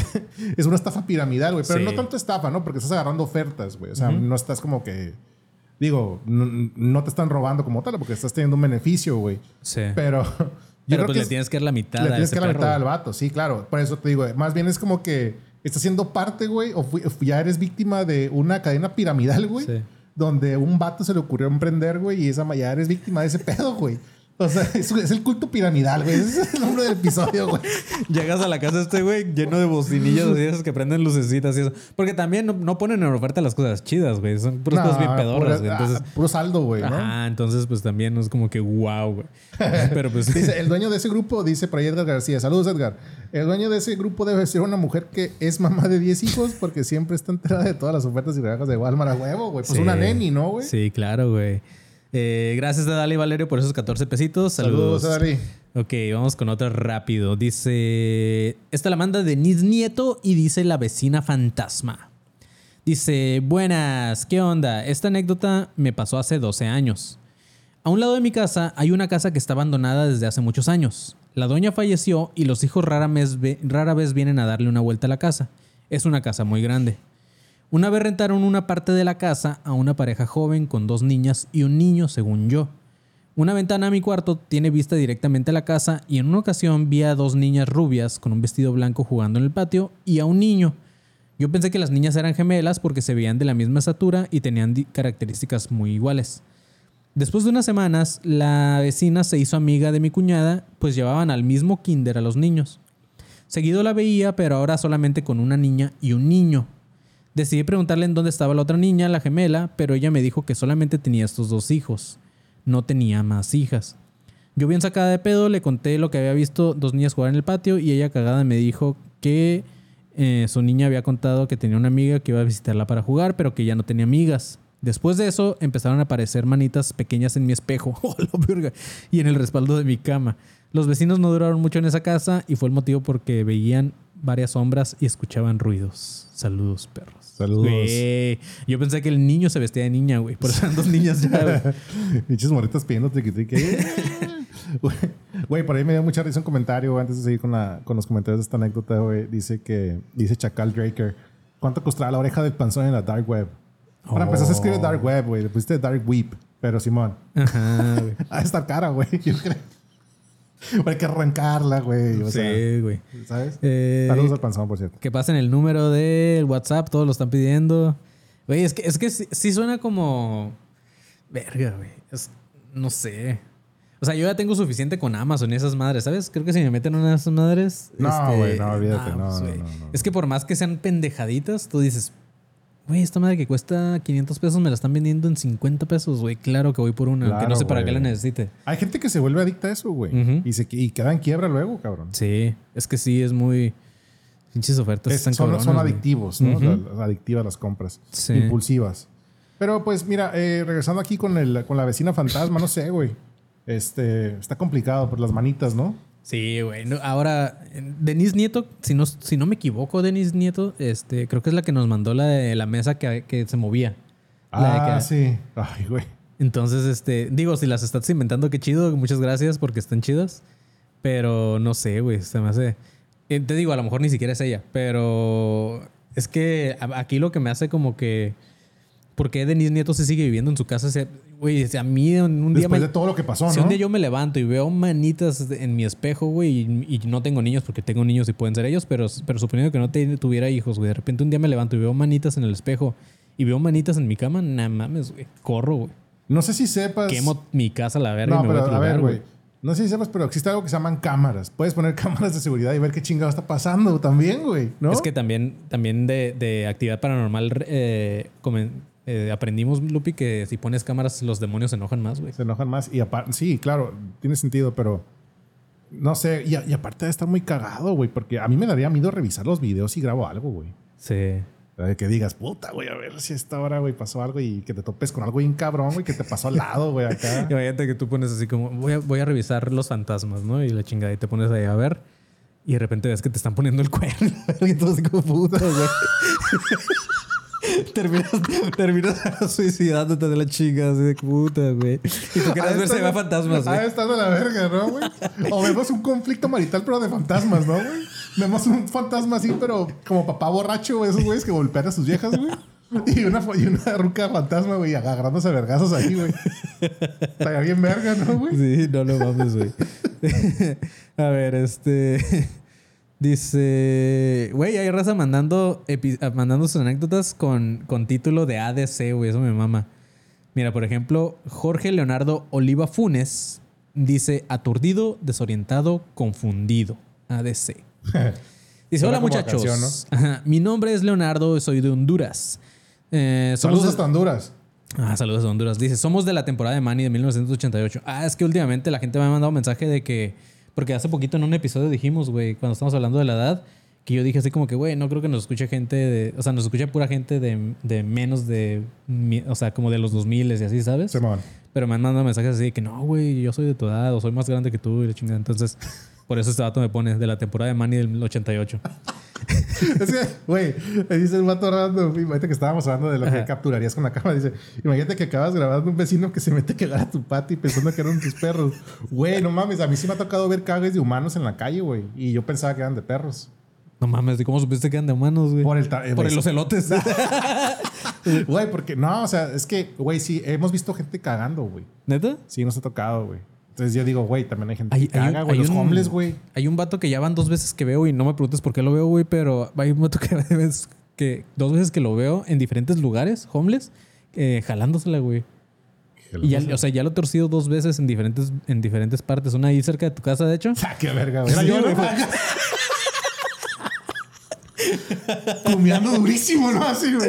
una estafa piramidal, güey. Pero no tanto estafa, ¿no? Porque estás agarrando ofertas, güey. O sea, no estás como que... Digo, no te están robando como tal, porque estás teniendo un beneficio, güey. Sí. Pero pues le tienes que dar la mitad a ese perro. Le tienes que dar la mitad al vato, sí, claro. Por eso te digo, más bien es como que... estás siendo parte, güey, o ya eres víctima de una cadena piramidal, güey, donde un vato se le ocurrió emprender, güey, y ya eres víctima de ese pedo, güey. O sea, es el culto piramidal, güey. Ese es el nombre del episodio, güey. Llegas a la casa de este güey lleno de bocinillas y esas que prenden lucecitas y eso. Porque también no ponen en oferta las cosas chidas, güey. Son puras cosas bien pedorras, güey. Entonces, puro saldo, güey, ¿no? Entonces pues también no es como que wow, güey. Pero pues... Dice, el dueño de ese grupo, dice por ahí Edgar García. Saludos, Edgar. El dueño de ese grupo debe ser una mujer que es mamá de 10 hijos porque siempre está enterada de todas las ofertas y rebajas de Walmart a huevo, güey. Pues una neni, ¿no, güey? Sí, claro, güey. Gracias a Dali y Valerio por esos 14 pesitos. Saludos. Dali. Ok, vamos con otra rápido. Dice... Esta la manda Denise Nieto y dice la vecina fantasma. Dice... Buenas, ¿qué onda? Esta anécdota me pasó hace 12 años. A un lado de mi casa hay una casa que está abandonada desde hace muchos años. La doña falleció y los hijos rara vez vienen a darle una vuelta a la casa. Es una casa muy grande. Una vez rentaron una parte de la casa a una pareja joven con 2 niñas y un niño, según yo. Una ventana a mi cuarto tiene vista directamente a la casa y en una ocasión vi a 2 niñas rubias con un vestido blanco jugando en el patio y a un niño. Yo pensé que las niñas eran gemelas porque se veían de la misma estatura y tenían características muy iguales. Después de unas semanas, la vecina se hizo amiga de mi cuñada, pues llevaban al mismo kinder a los niños. Seguido la veía, pero ahora solamente con una niña y un niño. Decidí preguntarle en dónde estaba la otra niña, la gemela, pero ella me dijo que solamente tenía estos 2 hijos. No tenía más hijas. Yo bien sacada de pedo le conté lo que había visto 2 niñas jugar en el patio y ella cagada me dijo que su niña había contado que tenía una amiga que iba a visitarla para jugar, pero que ya no tenía amigas. Después de eso empezaron a aparecer manitas pequeñas en mi espejo y en el respaldo de mi cama. Los vecinos no duraron mucho en esa casa y fue el motivo porque veían varias sombras y escuchaban ruidos. Saludos, perros. Saludos. Güey. Yo pensé que el niño se vestía de niña, güey. Por eso eran 2 niñas ya, güey. Pinches morritas pidiendo triqui-triqui. Güey, por ahí me dio mucha risa un comentario antes de seguir con los comentarios de esta anécdota, güey. Dice Chacal Draker. ¿Cuánto costará la oreja del panzón en la dark web? Para empezar a escribir dark web, güey. Le pusiste dark web, pero Simón. Ajá, güey. Ha de estar cara, güey. Yo creo. Hay que arrancarla, güey. Sí, güey. ¿Sabes? Saludos al panzón, por cierto. Que pasen el número del WhatsApp. Todos lo están pidiendo. Güey, es que sí suena como... Verga, güey. No sé. O sea, yo ya tengo suficiente con Amazon y esas madres, ¿sabes? Creo que si me meten una de esas madres... No, güey. No, olvídate. No. Es que por más que sean pendejaditas, tú dices... Güey, esta madre que cuesta 500 pesos me la están vendiendo en 50 pesos, güey. Claro que voy por una, aunque no sé para qué la necesite. Hay gente que se vuelve adicta a eso, güey. Y queda en quiebra luego, cabrón. Sí, es que sí, es muy... Pinches ofertas son adictivos, ¿no? Adictivas las compras. Sí. Impulsivas. Pero pues mira, regresando aquí con la vecina fantasma, no sé, güey. está complicado por las manitas, ¿no? Sí, güey. No, ahora, Denise Nieto, si no me equivoco, Denise Nieto, creo que es la que nos mandó la de la mesa que se movía. Sí. Ay, güey. Entonces, digo, si las estás inventando, qué chido. Muchas gracias porque están chidas. Pero no sé, güey. Se me hace... te digo, a lo mejor ni siquiera es ella. Pero es que aquí lo que me hace como que... ¿Por qué Denise Nieto se sigue viviendo en su casa? Güey, a mí un día... Después de todo lo que pasó, si ¿no? un día yo me levanto y veo manitas en mi espejo, güey, y no tengo niños porque tengo niños y pueden ser ellos, pero suponiendo que no tuviera hijos, güey, de repente un día me levanto y veo manitas en el espejo y veo manitas en mi cama, nah mames, güey, corro, güey. No sé si sepas... Quemo mi casa a la verga y me pero voy a otro lugar, güey. No sé si sepas, pero existe algo que se llaman cámaras. Puedes poner cámaras de seguridad y ver qué chingado está pasando también, güey, ¿no? Es que también de actividad paranormal aprendimos, Lupi, que si pones cámaras los demonios se enojan más, güey. Se enojan más. Y aparte, sí, claro, tiene sentido, pero no sé. Y aparte de estar muy cagado, güey, porque a mí me daría miedo revisar los videos si grabo algo, güey. Sí. De que digas, puta, güey, a ver si a esta hora, güey, pasó algo y que te topes con algo bien cabrón, güey, que te pasó al lado, güey, acá. Imagínate que tú pones así como, voy a revisar los fantasmas, ¿no? Y la chingada, y te pones ahí a ver, y de repente ves que te están poniendo el cuerno. Y tú así como, puta, güey. terminas suicidándote de la chinga, así de puta, güey. Y tú quieres ver si va fantasmas, güey. Ah, está de la verga, ¿no, güey? O vemos un conflicto marital, pero de fantasmas, ¿no, güey? Vemos un fantasma así, pero como papá borracho, güey, esos güeyes que golpean a sus viejas, güey. Y una ruca fantasma, güey, agarrándose a vergazos ahí, güey. Estaría bien verga, ¿no, güey? Sí, no lo mames, güey. A ver, dice... Güey, hay raza mandando sus anécdotas con título de ADC, güey. Eso me mama. Mira, por ejemplo, Jorge Leonardo Oliva Funes dice aturdido, desorientado, confundido. ADC. Dice, hola muchachos. Canción, ¿no? Ajá. Mi nombre es Leonardo, soy de Honduras. Saludos hasta Honduras. Saludos a Honduras. Dice, somos de la temporada de Manny de 1988. Es que últimamente la gente me ha mandado un mensaje de que... Porque hace poquito en un episodio dijimos, güey, cuando estamos hablando de la edad, que yo dije así como que, güey, no creo que nos escuche gente nos escuche pura gente de menos de... O sea, como de los 2000 y así, ¿sabes? Simón. Pero me han mandado mensajes así de que no, güey, yo soy de tu edad o soy más grande que tú y la chingada. Entonces, por eso este vato me pone de la temporada de Manny del 88. Es que, güey, me dice el vato random. Imagínate que estábamos hablando de lo que capturarías con la cámara. Dice, imagínate que acabas grabando un vecino que se mete a cagar a tu patio pensando que eran tus perros. Güey, no mames, a mí sí me ha tocado ver cagues de humanos en la calle, güey. Y yo pensaba que eran de perros. No mames, ¿cómo supiste que eran de humanos, güey? Por los elotes. Güey, porque no, o sea, es que, güey, sí, hemos visto gente cagando, güey. ¿Neta? Sí, nos ha tocado, güey. Entonces yo digo, güey, también hay gente que caga, güey. Los homeless, güey. Hay un vato que ya van 2 veces que veo y no me preguntes por qué lo veo, güey, pero hay un vato que 2 veces que lo veo en diferentes lugares, homeless, jalándosela, güey. Y ya, o sea, ya lo he torcido 2 veces en diferentes partes. Una ahí cerca de tu casa, de hecho. Qué verga, güey. Sí, güey. Cumeando durísimo, ¿no? Así, güey.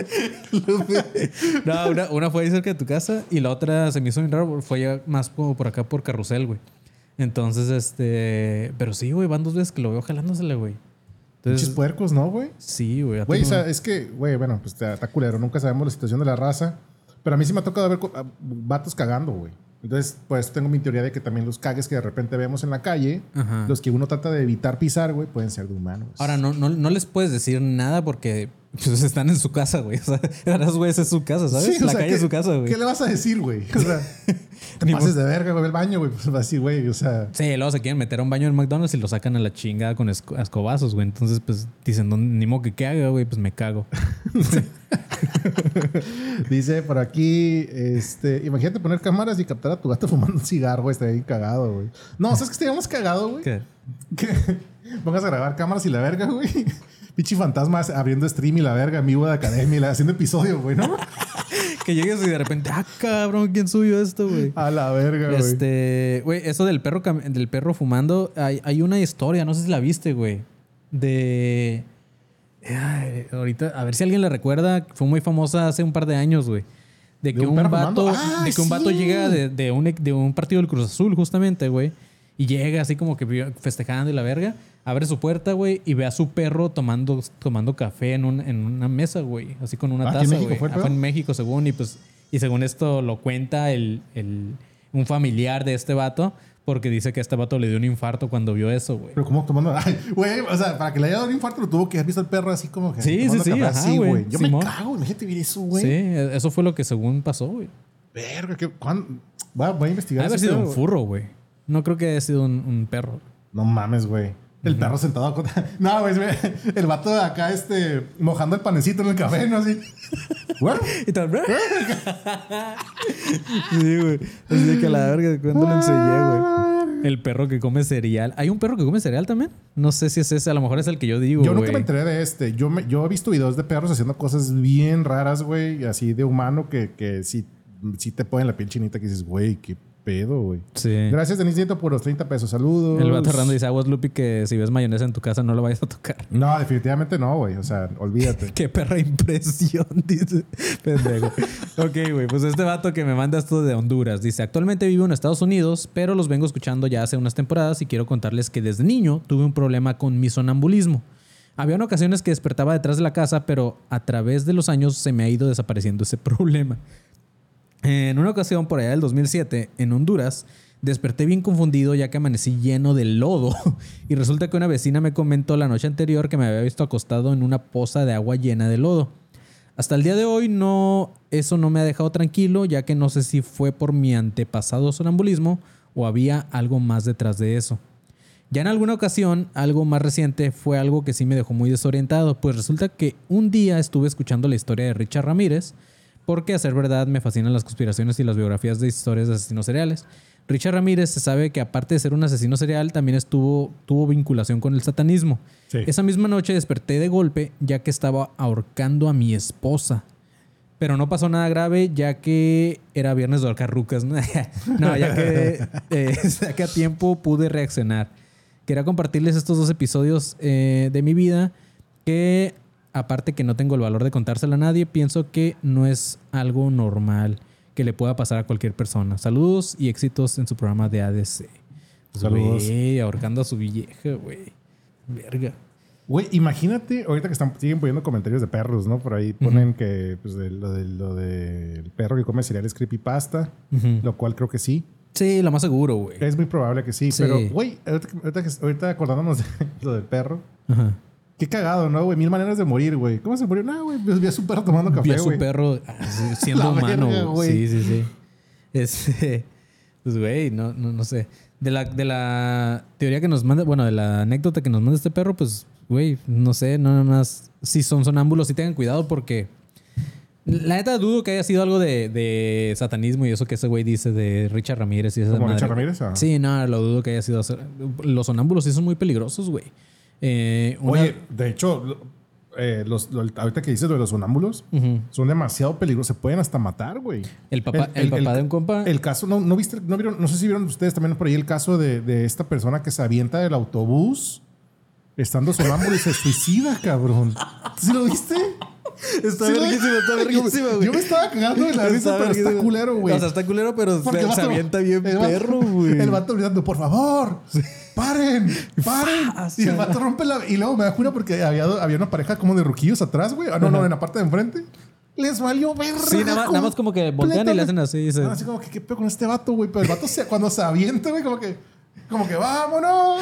No, una fue ahí cerca de tu casa y la otra se me hizo bien raro. Fue ya más como por acá, por Carrusel, güey. Entonces, pero sí, güey, van 2 veces que lo veo jalándosela, güey. Muchos puercos, ¿no, güey? Sí, güey. Güey, o sea, es que, güey, bueno, pues está culero. Nunca sabemos la situación de la raza. Pero a mí sí me ha tocado ver vatos cagando, güey. Entonces, pues tengo mi teoría de que también los cagues que de repente vemos en la calle, ajá, los que uno trata de evitar pisar, güey, pueden ser de humanos. Ahora, no les puedes decir nada porque pues, están en su casa, güey. O sea, esos güeyes es su casa, ¿sabes? Sí, la calle es su casa, güey. ¿Qué le vas a decir, güey? O sea, te pases de verga, güey, el baño, güey. Pues así, güey, o sea... Sí, luego se quieren meter a un baño en McDonald's y lo sacan a la chingada con escobazos, güey. Entonces, pues, dicen, no, ni modo que haga, güey, pues me cago. Dice por aquí, imagínate poner cámaras y captar a tu gato fumando un cigarro, güey. Estaría bien cagado, güey. No, ¿sabes que estaríamos cagado, güey? ¿Qué? Que pongas a grabar cámaras y la verga, güey. Pichi fantasma abriendo stream y la verga en vivo de academia y haciendo episodio, güey, ¿no? Que llegues y de repente, cabrón, ¿quién subió esto, güey? A la verga, güey. Güey, eso del perro fumando, hay una historia, no sé si la viste, güey. Ahorita, a ver si alguien la recuerda, fue muy famosa hace un par de años, güey. De que un vato llega de un partido del Cruz Azul, justamente, güey. Y llega así como que festejando y la verga. Abre su puerta, güey, y ve a su perro tomando café en una mesa, güey. Así con una taza, güey. Fue en México, según. Y según esto lo cuenta un un familiar de este vato, porque dice que a este vato le dio un infarto cuando vio eso, güey. Pero ¿cómo tomando? Ay, güey, o sea, para que le haya dado un infarto lo tuvo que haber visto el perro así como que... Sí, tomando café ajá, así, güey. Yo Simón. me cago, imagínate ver eso, güey. Sí, eso fue lo que según pasó, güey. Verga, voy a investigar Ha de haber ese sido pedo, un güey. furro, güey. No creo que haya sido un perro. No mames, güey. El perro sentado con... No, güey, el vato de acá, mojando el panecito en el café, ¿no? Así. Bueno. Y tal, sí, güey. Así que a la verga, ¿cuándo lo enseñé, güey? El perro que come cereal. ¿Hay un perro que come cereal también? No sé si es ese. A lo mejor es el que yo digo, Yo nunca güey. me enteré de este. Yo he visto videos de perros haciendo cosas bien raras, güey. Así de humano que sí te ponen la piel chinita que dices, güey, qué pedo, güey. Sí. Gracias, Denis Nieto, por los 30 pesos. Saludos. El vato Rando dice, aguas, Lupi, que si ves mayonesa en tu casa no lo vayas a tocar. No, definitivamente no, güey. O sea, olvídate. Qué perra impresión, dice. Pendejo. Ok, güey. Pues este vato que me manda esto de Honduras. Dice, actualmente vivo en Estados Unidos, pero los vengo escuchando ya hace unas temporadas y quiero contarles que desde niño tuve un problema con mi sonambulismo. Había ocasiones que despertaba detrás de la casa, pero a través de los años se me ha ido desapareciendo ese problema. En una ocasión, por allá del 2007, en Honduras, desperté bien confundido ya que amanecí lleno de lodo. Y resulta que una vecina me comentó la noche anterior que me había visto acostado en una poza de agua llena de lodo. Hasta el día de hoy eso no me ha dejado tranquilo, ya que no sé si fue por mi antepasado sonambulismo o había algo más detrás de eso. Ya en alguna ocasión, algo más reciente, fue algo que sí me dejó muy desorientado, pues resulta que un día estuve escuchando la historia de Richard Ramírez, porque a ser verdad me fascinan las conspiraciones y las biografías de historias de asesinos seriales. Richard Ramírez se sabe que aparte de ser un asesino serial, también tuvo vinculación con el satanismo. Sí. Esa misma noche desperté de golpe ya que estaba ahorcando a mi esposa. Pero no pasó nada grave ya que era viernes de ahorcar rucas. No, ya que a tiempo pude reaccionar. Quería compartirles estos 2 episodios de mi vida que, aparte que no tengo el valor de contárselo a nadie, pienso que no es algo normal que le pueda pasar a cualquier persona. Saludos y éxitos en su programa de ADC. Pues, Saludos. güey, ahorcando a su vieja, güey. Verga. Güey, imagínate, ahorita que siguen poniendo comentarios de perros, ¿no? Por ahí ponen que pues, lo del perro que come cereal es creepypasta, lo cual creo que sí. Sí, lo más seguro, güey. Es muy probable que sí. Sí. Pero, güey, ahorita acordándonos de lo del perro, Ajá. qué cagado, ¿no, güey? 1000 maneras de morir, güey. ¿Cómo se murió? No, güey, pues vi a su perro tomando café, Vi güey. a su perro siendo La humano, verga, güey. güey. Sí. Pues, güey, no sé. De la teoría que nos manda, bueno, de la anécdota que nos manda este perro, pues, güey, no sé, no nada más. Si son sonámbulos, sí tengan cuidado porque la neta dudo que haya sido algo de satanismo y eso que ese güey dice de Richard Ramírez y esa ¿Como madre. Richard Ramírez? Ah. Sí, no, lo dudo que haya sido. Los sonámbulos sí son muy peligrosos, güey. Oye, de hecho, ahorita que dices lo de los sonámbulos, son demasiado peligrosos. Se pueden hasta matar, güey. El papá de un compa. El caso, no vieron, no sé si vieron ustedes también por ahí el caso de esta persona que se avienta del autobús estando sonámbulo y se suicida, cabrón. ¿Sí lo viste? Está Sí, verguísima, güey. Yo me estaba cagando de la risa, pero está culero, güey. O sea, está culero, pero Porque el se vato- avienta bien el vato- perro, güey. El vato gritando, por favor, paren. Y el vato rompe y luego me da cura porque había una pareja como de ruquillos atrás, güey. Ah, no, en la parte de enfrente. Les valió verga. Sí, nada más como que voltean y le hacen así. Ah, así como que, ¿qué pedo con este vato, güey? Pero el vato cuando se avienta, güey, como que vámonos.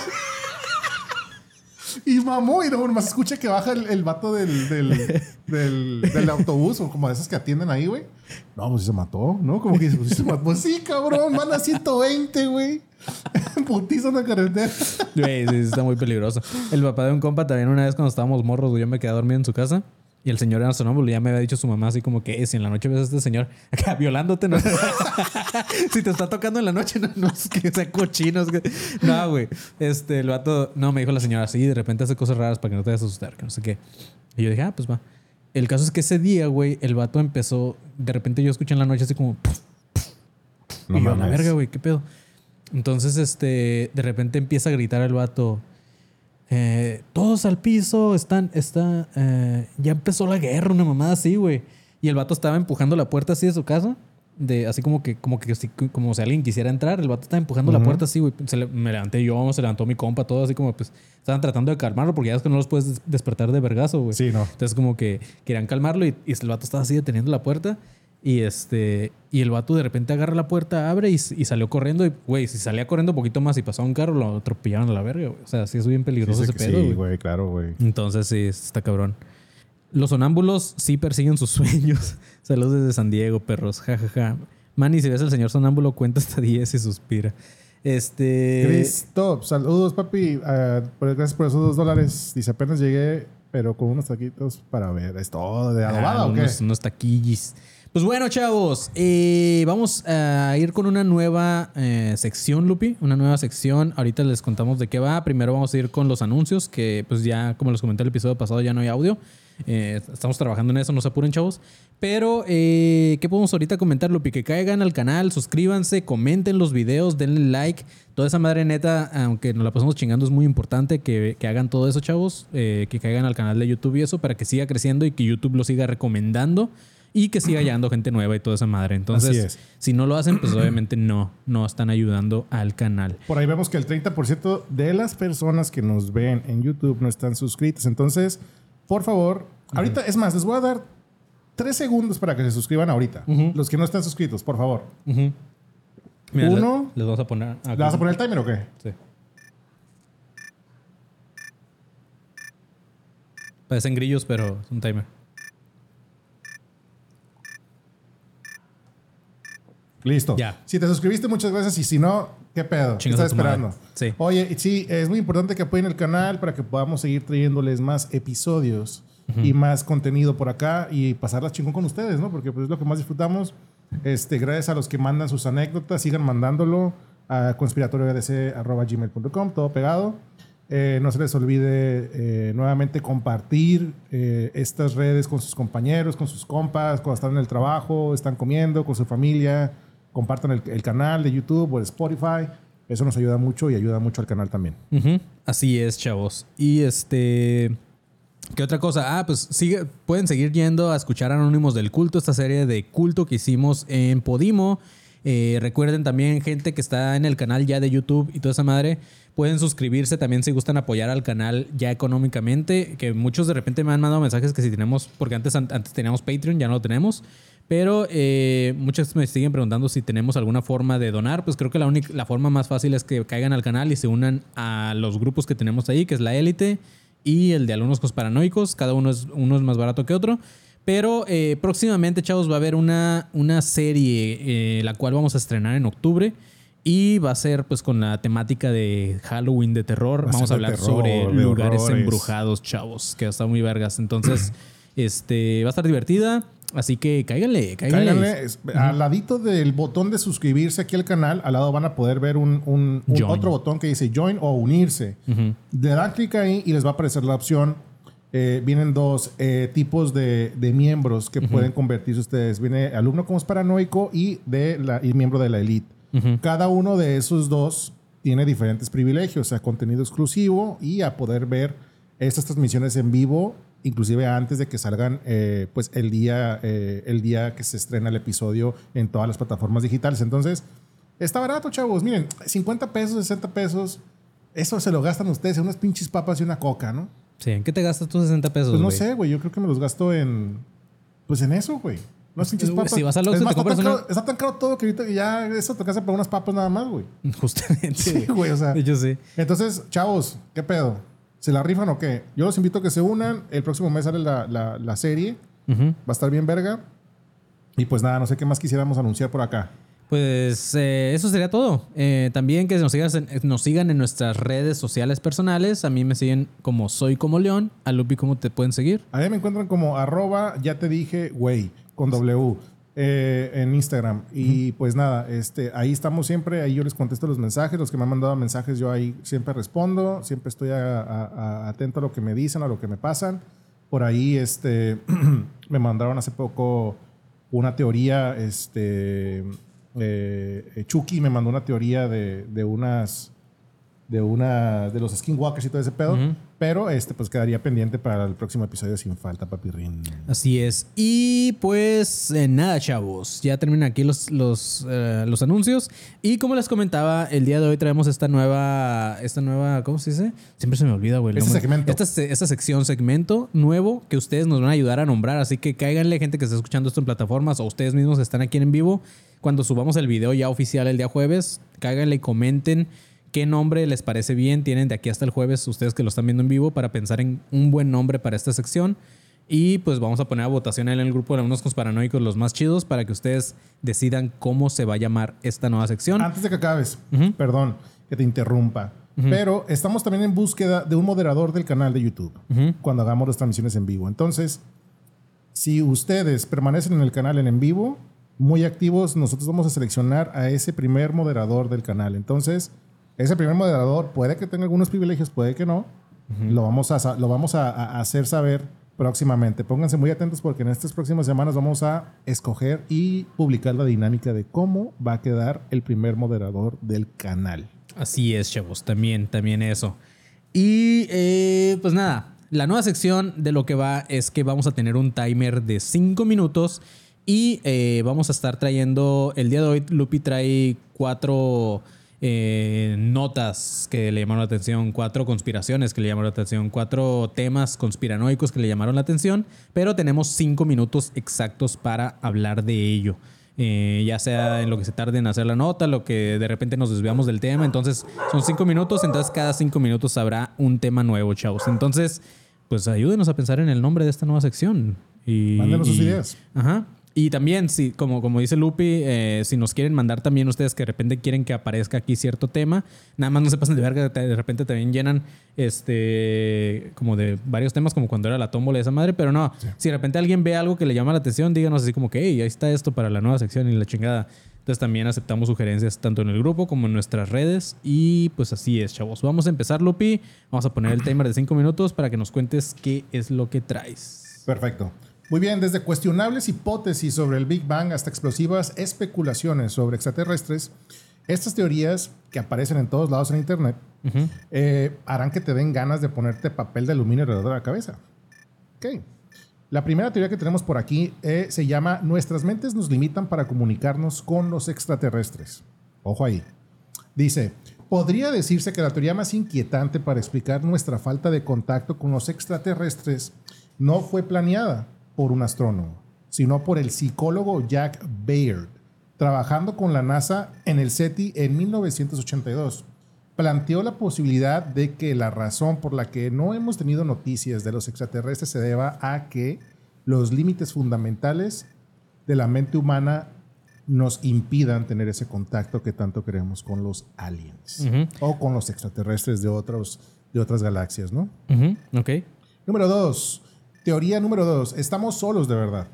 Y mamó, y luego nomás escucha que baja el vato del autobús, o como de esas que atienden ahí, güey. No, pues sí se mató, ¿no? Como que pues, sí se mató. Pues sí, cabrón, van a 120, güey. Putiza en la carretera. Güey, sí, está muy peligroso. El papá de un compa también una vez cuando estábamos morros, güey, yo me quedé dormido en su casa. Y el señor era sonámbulo y ya me había dicho su mamá así como que si en la noche ves a este señor acá violándote, no. Si te está tocando en la noche, no es que sea cochino. No, güey. El vato, no, me dijo la señora así, de repente hace cosas raras para que no te vayas a asustar, que no sé qué. Y yo dije, pues va. El caso es que ese día, güey, el vato empezó, de repente yo escuché en la noche así como... No y yo, la mames. verga, güey, ¿qué pedo? Entonces, de repente empieza a gritar el vato... todos al piso, ya empezó la guerra, una mamada así, güey. Y el vato estaba empujando la puerta así de su casa, así como si alguien quisiera entrar. El vato estaba empujando la puerta así, güey. Me levanté yo, se levantó mi compa, todo así como pues estaban tratando de calmarlo porque ya es que no los puedes despertar de vergazo, güey. Sí, no. Entonces como que querían calmarlo y el vato estaba así deteniendo la puerta. Y y el vato de repente agarra la puerta, abre y salió corriendo. Y, güey, si salía corriendo un poquito más y pasaba un carro, lo atropellaron a la verga, güey. O sea, sí es bien peligroso ese pedo, Sí, güey, claro, güey. Entonces, sí, está cabrón. Los sonámbulos sí persiguen sus sueños. Saludos desde San Diego, perros. Ja, ja, ja. Manny, si ves al señor sonámbulo, cuenta hasta 10 y suspira. Cristo, saludos, papi. Gracias por esos $2. Dice, apenas llegué, pero con unos taquitos para ver. ¿Es todo de adobada o qué? Unos taquillis. Pues bueno, chavos, vamos a ir con una nueva sección, Lupi. Una nueva sección. Ahorita les contamos de qué va. Primero vamos a ir con los anuncios, que pues ya, como les comenté el episodio pasado, ya no hay audio. Estamos trabajando en eso, no se apuren, chavos. Pero, ¿qué podemos ahorita comentar, Lupi? Que caigan al canal, suscríbanse, comenten los videos, denle like. Toda esa madre neta, aunque nos la pasamos chingando, es muy importante que hagan todo eso, chavos. Que caigan al canal de YouTube y eso para que siga creciendo y que YouTube lo siga recomendando. Y que siga llegando gente nueva y toda esa madre. Entonces, si no lo hacen, pues obviamente no están ayudando al canal. Por ahí vemos que el 30% de las personas que nos ven en YouTube no están suscritas. Entonces, por favor, ahorita, es más, les voy a dar 3 segundos para que se suscriban ahorita. Los que no están suscritos, por favor. Mira, Uno. les vamos a poner... ¿Le vas a poner el timer o qué? Sí. Parecen grillos, pero es un timer. Listo. Ya. Si te suscribiste, muchas gracias. Y si no, ¿qué pedo? ¿Qué estás esperando? Sí. Oye, sí, es muy importante que apoyen el canal para que podamos seguir trayéndoles más episodios y más contenido por acá y pasarlas chingón con ustedes, ¿no? Porque pues, es lo que más disfrutamos. Gracias a los que mandan sus anécdotas, sigan mandándolo a conspiratoriobdc@gmail.com, todo pegado. No se les olvide nuevamente compartir estas redes con sus compañeros, con sus compas, cuando están en el trabajo, están comiendo, con su familia. Compartan el canal de YouTube o de Spotify. Eso nos ayuda mucho y ayuda mucho al canal también. Así es, chavos. Y ¿qué otra cosa? Pues pueden seguir yendo a escuchar Anónimos del Culto, esta serie de culto que hicimos en Podimo. Recuerden también, gente que está en el canal ya de YouTube y toda esa madre, pueden suscribirse también si gustan apoyar al canal ya económicamente. Que muchos de repente me han mandado mensajes que si tenemos, porque antes teníamos Patreon, ya no lo tenemos. Pero muchos me siguen preguntando si tenemos alguna forma de donar. Pues creo que la forma más fácil es que caigan al canal y se unan a los grupos que tenemos ahí, que es la Élite y el de Alumnos Conspiranoicos. Cada uno es más barato que otro. Pero próximamente, chavos, va a haber una serie la cual vamos a estrenar en octubre. Y va a ser pues con la temática de Halloween, de terror. Vamos a hablar sobre lugares embrujados, chavos, que está muy vergas. Entonces, va a estar divertida. Así que cáiganle. Al ladito del botón de suscribirse aquí al canal, al lado van a poder ver un otro botón que dice Join o Unirse. Le dan clic ahí y les va a aparecer la opción. Vienen 2 tipos de miembros que pueden convertirse ustedes. Viene alumno como es paranoico y miembro de la Elite. Cada uno de esos 2 tiene diferentes privilegios, o sea, contenido exclusivo y a poder ver estas transmisiones en vivo, inclusive antes de que salgan pues el día que se estrena el episodio en todas las plataformas digitales. Entonces, está barato, chavos. Miren, 50 pesos, 60 pesos, eso se lo gastan ustedes en unas pinches papas y una coca, ¿no? Sí, ¿en qué te gastas tus 60 pesos, Pues no sé, güey. Yo creo que me los gasto en eso, güey. Unas pinches papas. Si vas al Oxxo, te compras está tan caro todo que ahorita ya eso te alcanza para unas papas nada más, güey. Justamente. Sí, güey, o sea. Yo sí. Entonces, chavos, ¿qué pedo? ¿Se la rifan o qué? Yo los invito a que se unan. El próximo mes sale la serie. Va a estar bien verga. Y pues nada, no sé qué más quisiéramos anunciar por acá. Pues eso sería todo. También que nos sigan en nuestras redes sociales personales. A mí me siguen como Soy Como León. A Lupi, ¿cómo te pueden seguir? A mí me encuentran como @ya te dije, güey, con W. En Instagram. Y pues nada, ahí estamos siempre. Ahí yo les contesto los mensajes. Los que me han mandado mensajes, yo ahí siempre respondo. Siempre estoy atento a lo que me dicen, a lo que me pasan. Por ahí me mandaron hace poco una teoría. Chucky me mandó una teoría de los skinwalkers y todo ese pedo. Pero pues quedaría pendiente para el próximo episodio sin falta, papirrín. Así es. Y pues nada, chavos. Ya terminan aquí los anuncios. Y como les comentaba, el día de hoy traemos esta nueva, ¿cómo se dice? Siempre se me olvida, güey. Esta sección, segmento nuevo que ustedes nos van a ayudar a nombrar. Así que cáiganle, gente que está escuchando esto en plataformas o ustedes mismos que están aquí en vivo. Cuando subamos el video ya oficial el día jueves, cáiganle y comenten qué nombre les parece bien. Tienen de aquí hasta el jueves, ustedes que lo están viendo en vivo, para pensar en un buen nombre para esta sección. Y pues vamos a poner a votación en el grupo de Alumnos Conspiranoicos los más chidos para que ustedes decidan cómo se va a llamar esta nueva sección. Antes de que acabes, perdón que te interrumpa, pero estamos también en búsqueda de un moderador del canal de YouTube cuando hagamos las transmisiones en vivo. Entonces, si ustedes permanecen en el canal en vivo, muy activos, nosotros vamos a seleccionar a ese primer moderador del canal. Entonces, ese primer moderador puede que tenga algunos privilegios, puede que no. Lo vamos a hacer saber próximamente. Pónganse muy atentos porque en estas próximas semanas vamos a escoger y publicar la dinámica de cómo va a quedar el primer moderador del canal. Así es, chavos. También eso. Y pues nada, la nueva sección de lo que va es que vamos a tener un timer de 5 minutos y vamos a estar trayendo, el día de hoy Lupi trae 4 notas que le llamaron la atención, 4 conspiraciones que le llamaron la atención, 4 temas conspiranoicos que le llamaron la atención, pero tenemos 5 minutos exactos para hablar de ello. Ya sea en lo que se tarde en hacer la nota, lo que de repente nos desviamos del tema. Entonces son 5 minutos, entonces cada 5 minutos habrá un tema nuevo, chavos. Entonces, pues ayúdenos a pensar en el nombre de esta nueva sección. Mándenos sus ideas. Ajá. Y también, si, como dice Lupi, si nos quieren mandar también ustedes que de repente quieren que aparezca aquí cierto tema, nada más no se pasen de verga, de repente también llenan como de varios temas, como cuando era la tómbola de esa madre, pero no, sí. Si de repente alguien ve algo que le llama la atención, díganos así como que, hey, ahí está esto para la nueva sección y la chingada. Entonces también aceptamos sugerencias tanto en el grupo como en nuestras redes y pues así es, chavos. Vamos a empezar, Lupi. Vamos a poner el timer de 5 minutos para que nos cuentes qué es lo que traes. Perfecto. Muy bien, desde cuestionables hipótesis sobre el Big Bang hasta explosivas especulaciones sobre extraterrestres, estas teorías que aparecen en todos lados en internet harán que te den ganas de ponerte papel de aluminio alrededor de la cabeza. Ok. La primera teoría que tenemos por aquí se llama nuestras mentes nos limitan para comunicarnos con los extraterrestres. Ojo ahí. Dice, podría decirse que la teoría más inquietante para explicar nuestra falta de contacto con los extraterrestres no fue planeada por un astrónomo, sino por el psicólogo Jack Baird, trabajando con la NASA en el SETI en 1982. Planteó la posibilidad de que la razón por la que no hemos tenido noticias de los extraterrestres se deba a que los límites fundamentales de la mente humana nos impidan tener ese contacto que tanto queremos con los aliens o con los extraterrestres de otras galaxias, ¿no? Ok. Número 2. Teoría número 2. Estamos solos de verdad.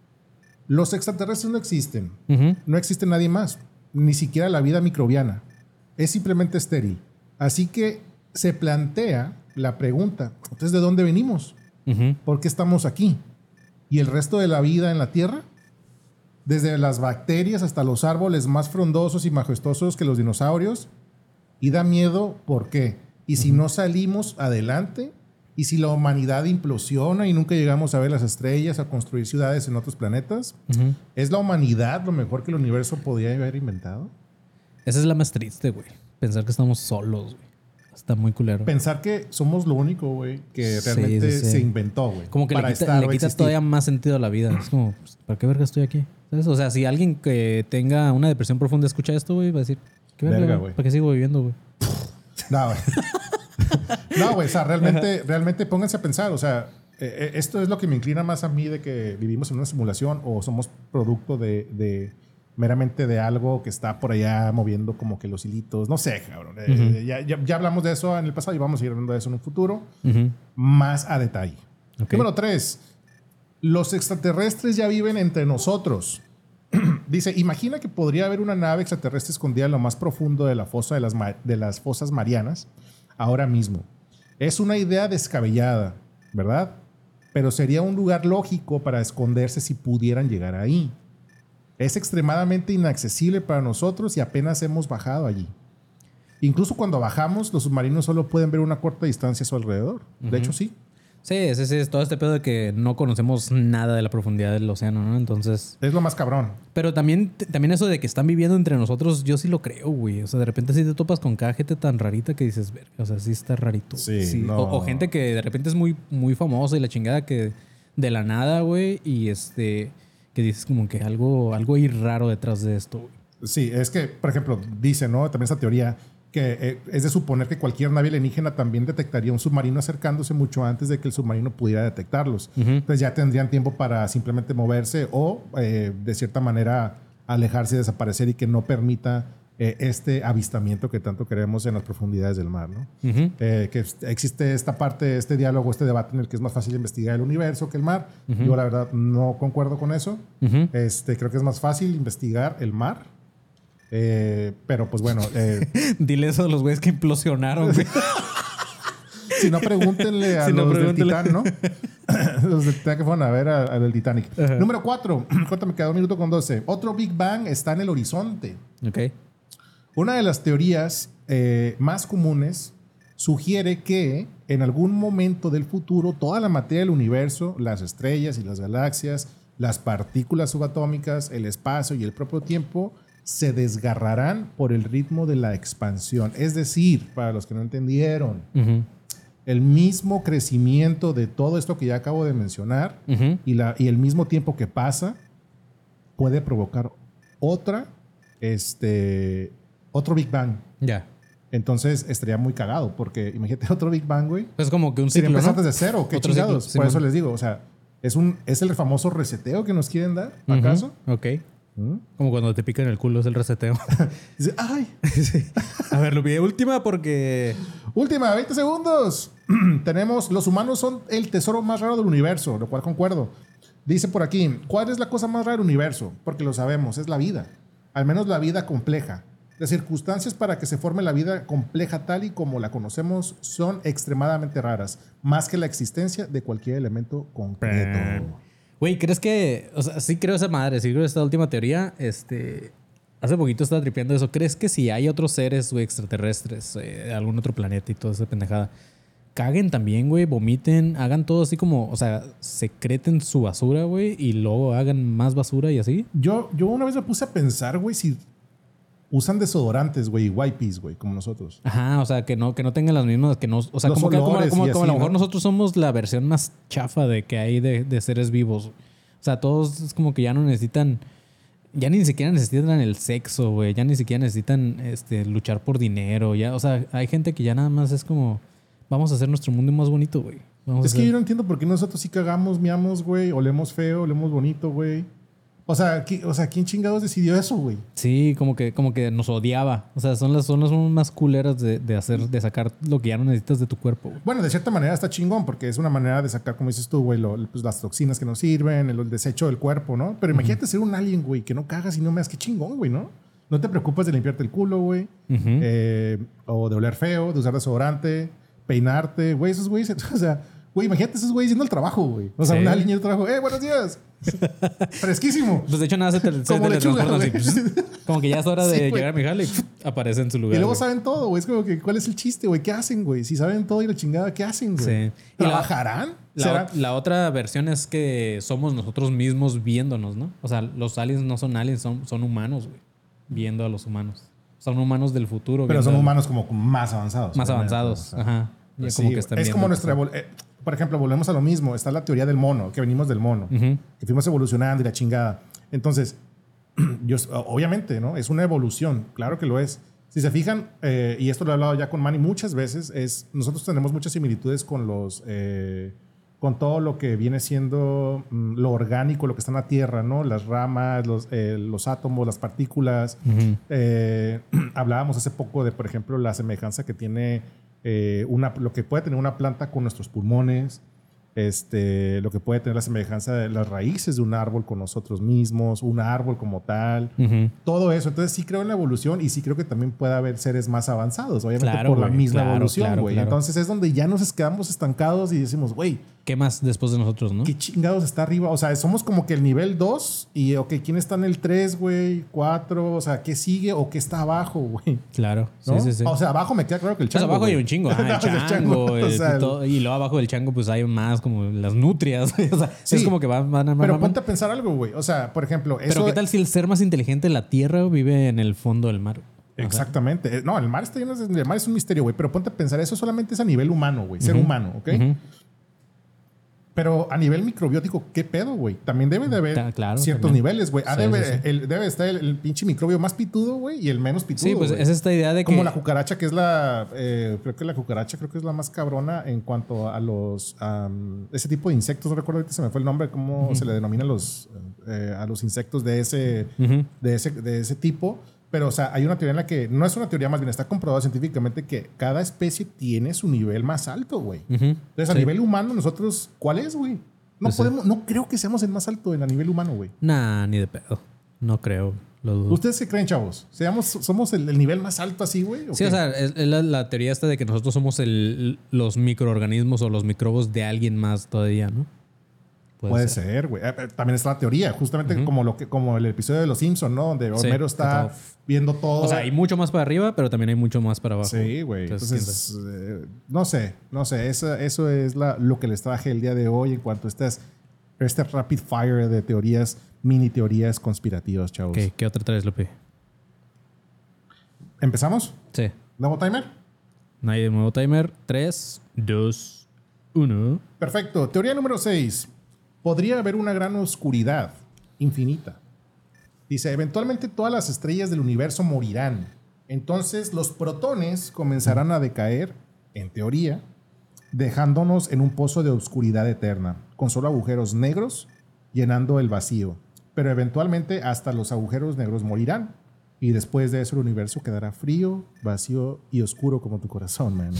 Los extraterrestres no existen. No existe nadie más. Ni siquiera la vida microbiana. Es simplemente estéril. Así que se plantea la pregunta, entonces, ¿de dónde venimos? ¿Por qué estamos aquí? ¿Y el resto de la vida en la Tierra? Desde las bacterias hasta los árboles más frondosos y majestuosos que los dinosaurios. Y da miedo, ¿por qué? ¿Y si no salimos adelante? ¿Y si la humanidad implosiona y nunca llegamos a ver las estrellas, a construir ciudades en otros planetas? ¿Es la humanidad lo mejor que el universo podía haber inventado? Esa es la más triste, güey. Pensar que estamos solos, güey. Está muy culero. Pensar que somos lo único, güey, que realmente se inventó, güey. Como que le quita todavía más sentido a la vida. Es como, ¿para qué verga estoy aquí? ¿Sabes? O sea, si alguien que tenga una depresión profunda escucha esto, güey, va a decir, ¿qué verga, güey? ¿Para qué sigo viviendo, güey? No, güey. No, güey, o sea, realmente pónganse a pensar, o sea, esto es lo que me inclina más a mí de que vivimos en una simulación o somos producto de meramente de algo que está por allá moviendo como que los hilitos, no sé, cabrón. Ya hablamos de eso en el pasado y vamos a ir hablando de eso en un futuro más a detalle. Okay. Número 3. Los extraterrestres ya viven entre nosotros. Dice, imagina que podría haber una nave extraterrestre escondida en lo más profundo de la fosa de las fosas marianas ahora mismo. Es una idea descabellada, ¿verdad? Pero sería un lugar lógico para esconderse si pudieran llegar ahí. Es extremadamente inaccesible para nosotros y apenas hemos bajado allí. Incluso cuando bajamos, los submarinos solo pueden ver una corta distancia a su alrededor. De hecho, sí. Sí, es todo este pedo de que no conocemos nada de la profundidad del océano, ¿no? Entonces... Es lo más cabrón. Pero también eso de que están viviendo entre nosotros, yo sí lo creo, güey. O sea, de repente sí te topas con cada gente tan rarita que dices, verga, o sea, sí está rarito. Sí, no. O gente que de repente es muy, muy famosa y la chingada que de la nada, güey, y que dices como que algo ahí raro detrás de esto, güey. Sí, es que, por ejemplo, dice, ¿no? También esa teoría que es de suponer que cualquier nave alienígena también detectaría un submarino acercándose mucho antes de que el submarino pudiera detectarlos. Entonces ya tendrían tiempo para simplemente moverse o de cierta manera alejarse y desaparecer y que no permita este avistamiento que tanto queremos en las profundidades del mar, ¿no? Que existe esta parte, este diálogo, este debate en el que es más fácil investigar el universo que el mar. Yo la verdad no concuerdo con eso. Creo que es más fácil investigar el mar. Pero pues bueno. Dile eso a los güeyes que implosionaron, güey. Si no, pregúntenle a los del Titán, ¿no? Los del Titán que fueron a ver al Titanic. Número 4. ¿Cuánto me queda? 1 minuto con 12. Otro Big Bang está en el horizonte. Ok. Una de las teorías más comunes sugiere que en algún momento del futuro toda la materia del universo, las estrellas y las galaxias, las partículas subatómicas, el espacio y el propio tiempo se desgarrarán por el ritmo de la expansión. Es decir, para los que no entendieron, el mismo crecimiento de todo esto que ya acabo de mencionar y el mismo tiempo que pasa puede provocar otro Big Bang. Ya. Entonces estaría muy cagado porque imagínate otro Big Bang, güey. Pues como que un si ciclo, empezar ¿no? desde cero, qué Otro chingados. ciclo, por eso Simón. les digo, o sea, es el famoso reseteo que nos quieren dar, ¿acaso? Ok. Como cuando te pican el culo, es el reseteo. Dice, ¡ay! Sí. A ver, lo pide última porque... Última, 20 segundos. Tenemos, los humanos son el tesoro más raro del universo, lo cual concuerdo. Dice por aquí, ¿cuál es la cosa más rara del universo? Porque lo sabemos, es la vida. Al menos la vida compleja. Las circunstancias para que se forme la vida compleja tal y como la conocemos son extremadamente raras, más que la existencia de cualquier elemento concreto. Güey, ¿crees que... O sea, sí creo esa madre, sí creo esta última teoría. Hace poquito estaba tripeando eso. ¿Crees que si hay otros seres, güey, extraterrestres, algún otro planeta y toda esa pendejada, caguen también, güey, vomiten, hagan todo así como... O sea, secreten su basura, güey, y luego hagan más basura y así? Yo una vez me puse a pensar, güey, si usan desodorantes, güey, y wipes, güey, como nosotros. Ajá, o sea, que no tengan las mismas... Que no, o sea, Los como olores y a así, lo mejor ¿no? nosotros somos la versión más chafa de que hay de seres vivos. O sea, todos es como que ya no necesitan... Ya ni siquiera necesitan el sexo, güey. Ya ni siquiera necesitan luchar por dinero. Ya, o sea, hay gente que ya nada más es como... Vamos a hacer nuestro mundo más bonito, güey. Es que yo no entiendo por qué nosotros sí cagamos, miamos, güey, olemos feo, olemos bonito, güey. O sea, ¿quién chingados decidió eso, güey? Sí, como que nos odiaba. O sea, son las más culeras de sacar lo que ya no necesitas de tu cuerpo, güey. Bueno, de cierta manera está chingón porque es una manera de sacar, como dices tú, güey, pues las toxinas que nos sirven, el desecho del cuerpo, ¿no? Pero imagínate ser un alien, güey, que no cagas y no me das. Qué chingón, güey, ¿no? No te preocupas de limpiarte el culo, güey. O de oler feo, de usar desodorante, peinarte, güey, esos güeyes. O sea, güey, imagínate esos güeyes yendo al trabajo, güey. O sea, Sí. un alien yendo al trabajo. Buenos días. Fresquísimo. Pues de hecho nada se Como lechuga, teletransporta así. güey. Como que ya es hora de Sí, güey. llegar a mi jale y aparece en su lugar. Y luego güey. saben todo, güey. Es como que, ¿cuál es el chiste, güey? ¿Qué hacen, güey? Si saben todo y la chingada, ¿qué hacen, güey? Sí. Y ¿Trabajarán? ¿Será? La otra versión es que somos nosotros mismos viéndonos, ¿no? O sea, los aliens no son aliens, son humanos, güey. Viendo a los humanos. Son humanos del futuro. Pero viendo son humanos como más avanzados. más obviamente, avanzados. o sea. Ajá. Ya Pues como sí, que están es viendo como cosas. nuestra... por ejemplo, volvemos a lo mismo. Está la teoría del mono, que venimos del mono. Que fuimos evolucionando y la chingada. Entonces, obviamente, ¿no? Es una evolución. Claro que lo es. Si se fijan, y esto lo he hablado ya con Manny muchas veces, nosotros tenemos muchas similitudes con con todo lo que viene siendo lo orgánico, lo que está en la Tierra, ¿no? Las ramas, los átomos, las partículas. Hablábamos hace poco de, por ejemplo, la semejanza que tiene lo que puede tener una planta con nuestros pulmones, lo que puede tener la semejanza de las raíces de un árbol con nosotros mismos, un árbol como tal, todo eso. Entonces sí creo en la evolución y sí creo que también puede haber seres más avanzados, obviamente Claro, por la güey, misma claro, evolución, claro, güey. claro. Entonces es donde ya nos quedamos estancados y decimos, güey, ¿qué más después de nosotros, no? ¿Qué chingados está arriba? O sea, somos como que el nivel 2 y, ok, ¿quién está en el 3, güey? 4, o sea, ¿qué sigue o qué está abajo, güey? Claro, ¿No? sí. O sea, abajo me queda claro que el Pues chango. abajo hay güey. un chingo. Ah, el chango. o sea, Y luego abajo del chango, pues hay más como las nutrias. O sea, Sí, es como que van. Pero ponte a pensar algo, güey. O sea, por ejemplo, Pero eso. ¿qué tal si el ser más inteligente de la Tierra vive en el fondo del mar? Exactamente. No, el mar está lleno el mar es un misterio, güey. Pero ponte a pensar, eso solamente es a nivel humano, güey. Ser humano, ¿ok? Pero a nivel microbiótico, ¿qué pedo, güey? También debe de haber ciertos también. niveles, güey. Sí. Debe estar el pinche microbio más pitudo, güey, y el menos pitudo. Sí, pues güey. es esta idea de Como que... la cucaracha, que es creo que es la más cabrona en cuanto a los... ese tipo de insectos. No recuerdo ahorita se me fue el nombre, cómo se le denomina a los insectos de ese tipo. Pero, o sea, hay una teoría en la que... No es una teoría, más bien está comprobado científicamente que cada especie tiene su nivel más alto, güey. Entonces, a nivel humano, nosotros... ¿Cuál es, güey? No creo que seamos el más alto a nivel humano, güey. Nah, ni de pedo. No creo. Lo dudo. ¿Ustedes qué creen, chavos? ¿Somos el nivel más alto así, güey? Sí, o sea, es la teoría esta de que nosotros somos los microorganismos o los microbos de alguien más todavía, ¿no? Puede ser, güey. También está la teoría, justamente como el episodio de Los Simpsons, ¿no? Donde Homero está viendo todo. O sea, hay mucho más para arriba, pero también hay mucho más para abajo. Sí, güey. Entonces no sé. Eso es lo que les traje el día de hoy en cuanto a este rapid fire de teorías, mini teorías conspirativas, chavos. Okay, ¿qué otra traes, Lupe? ¿Empezamos? Sí. ¿Nuevo timer? No hay de nuevo timer. 3, 2, 1. Perfecto. Teoría número 6. Podría haber una gran oscuridad infinita. Dice, eventualmente todas las estrellas del universo morirán. Entonces los protones comenzarán a decaer, en teoría, dejándonos en un pozo de oscuridad eterna, con solo agujeros negros llenando el vacío. Pero eventualmente hasta los agujeros negros morirán. Y después de eso el universo quedará frío, vacío y oscuro como tu corazón, man.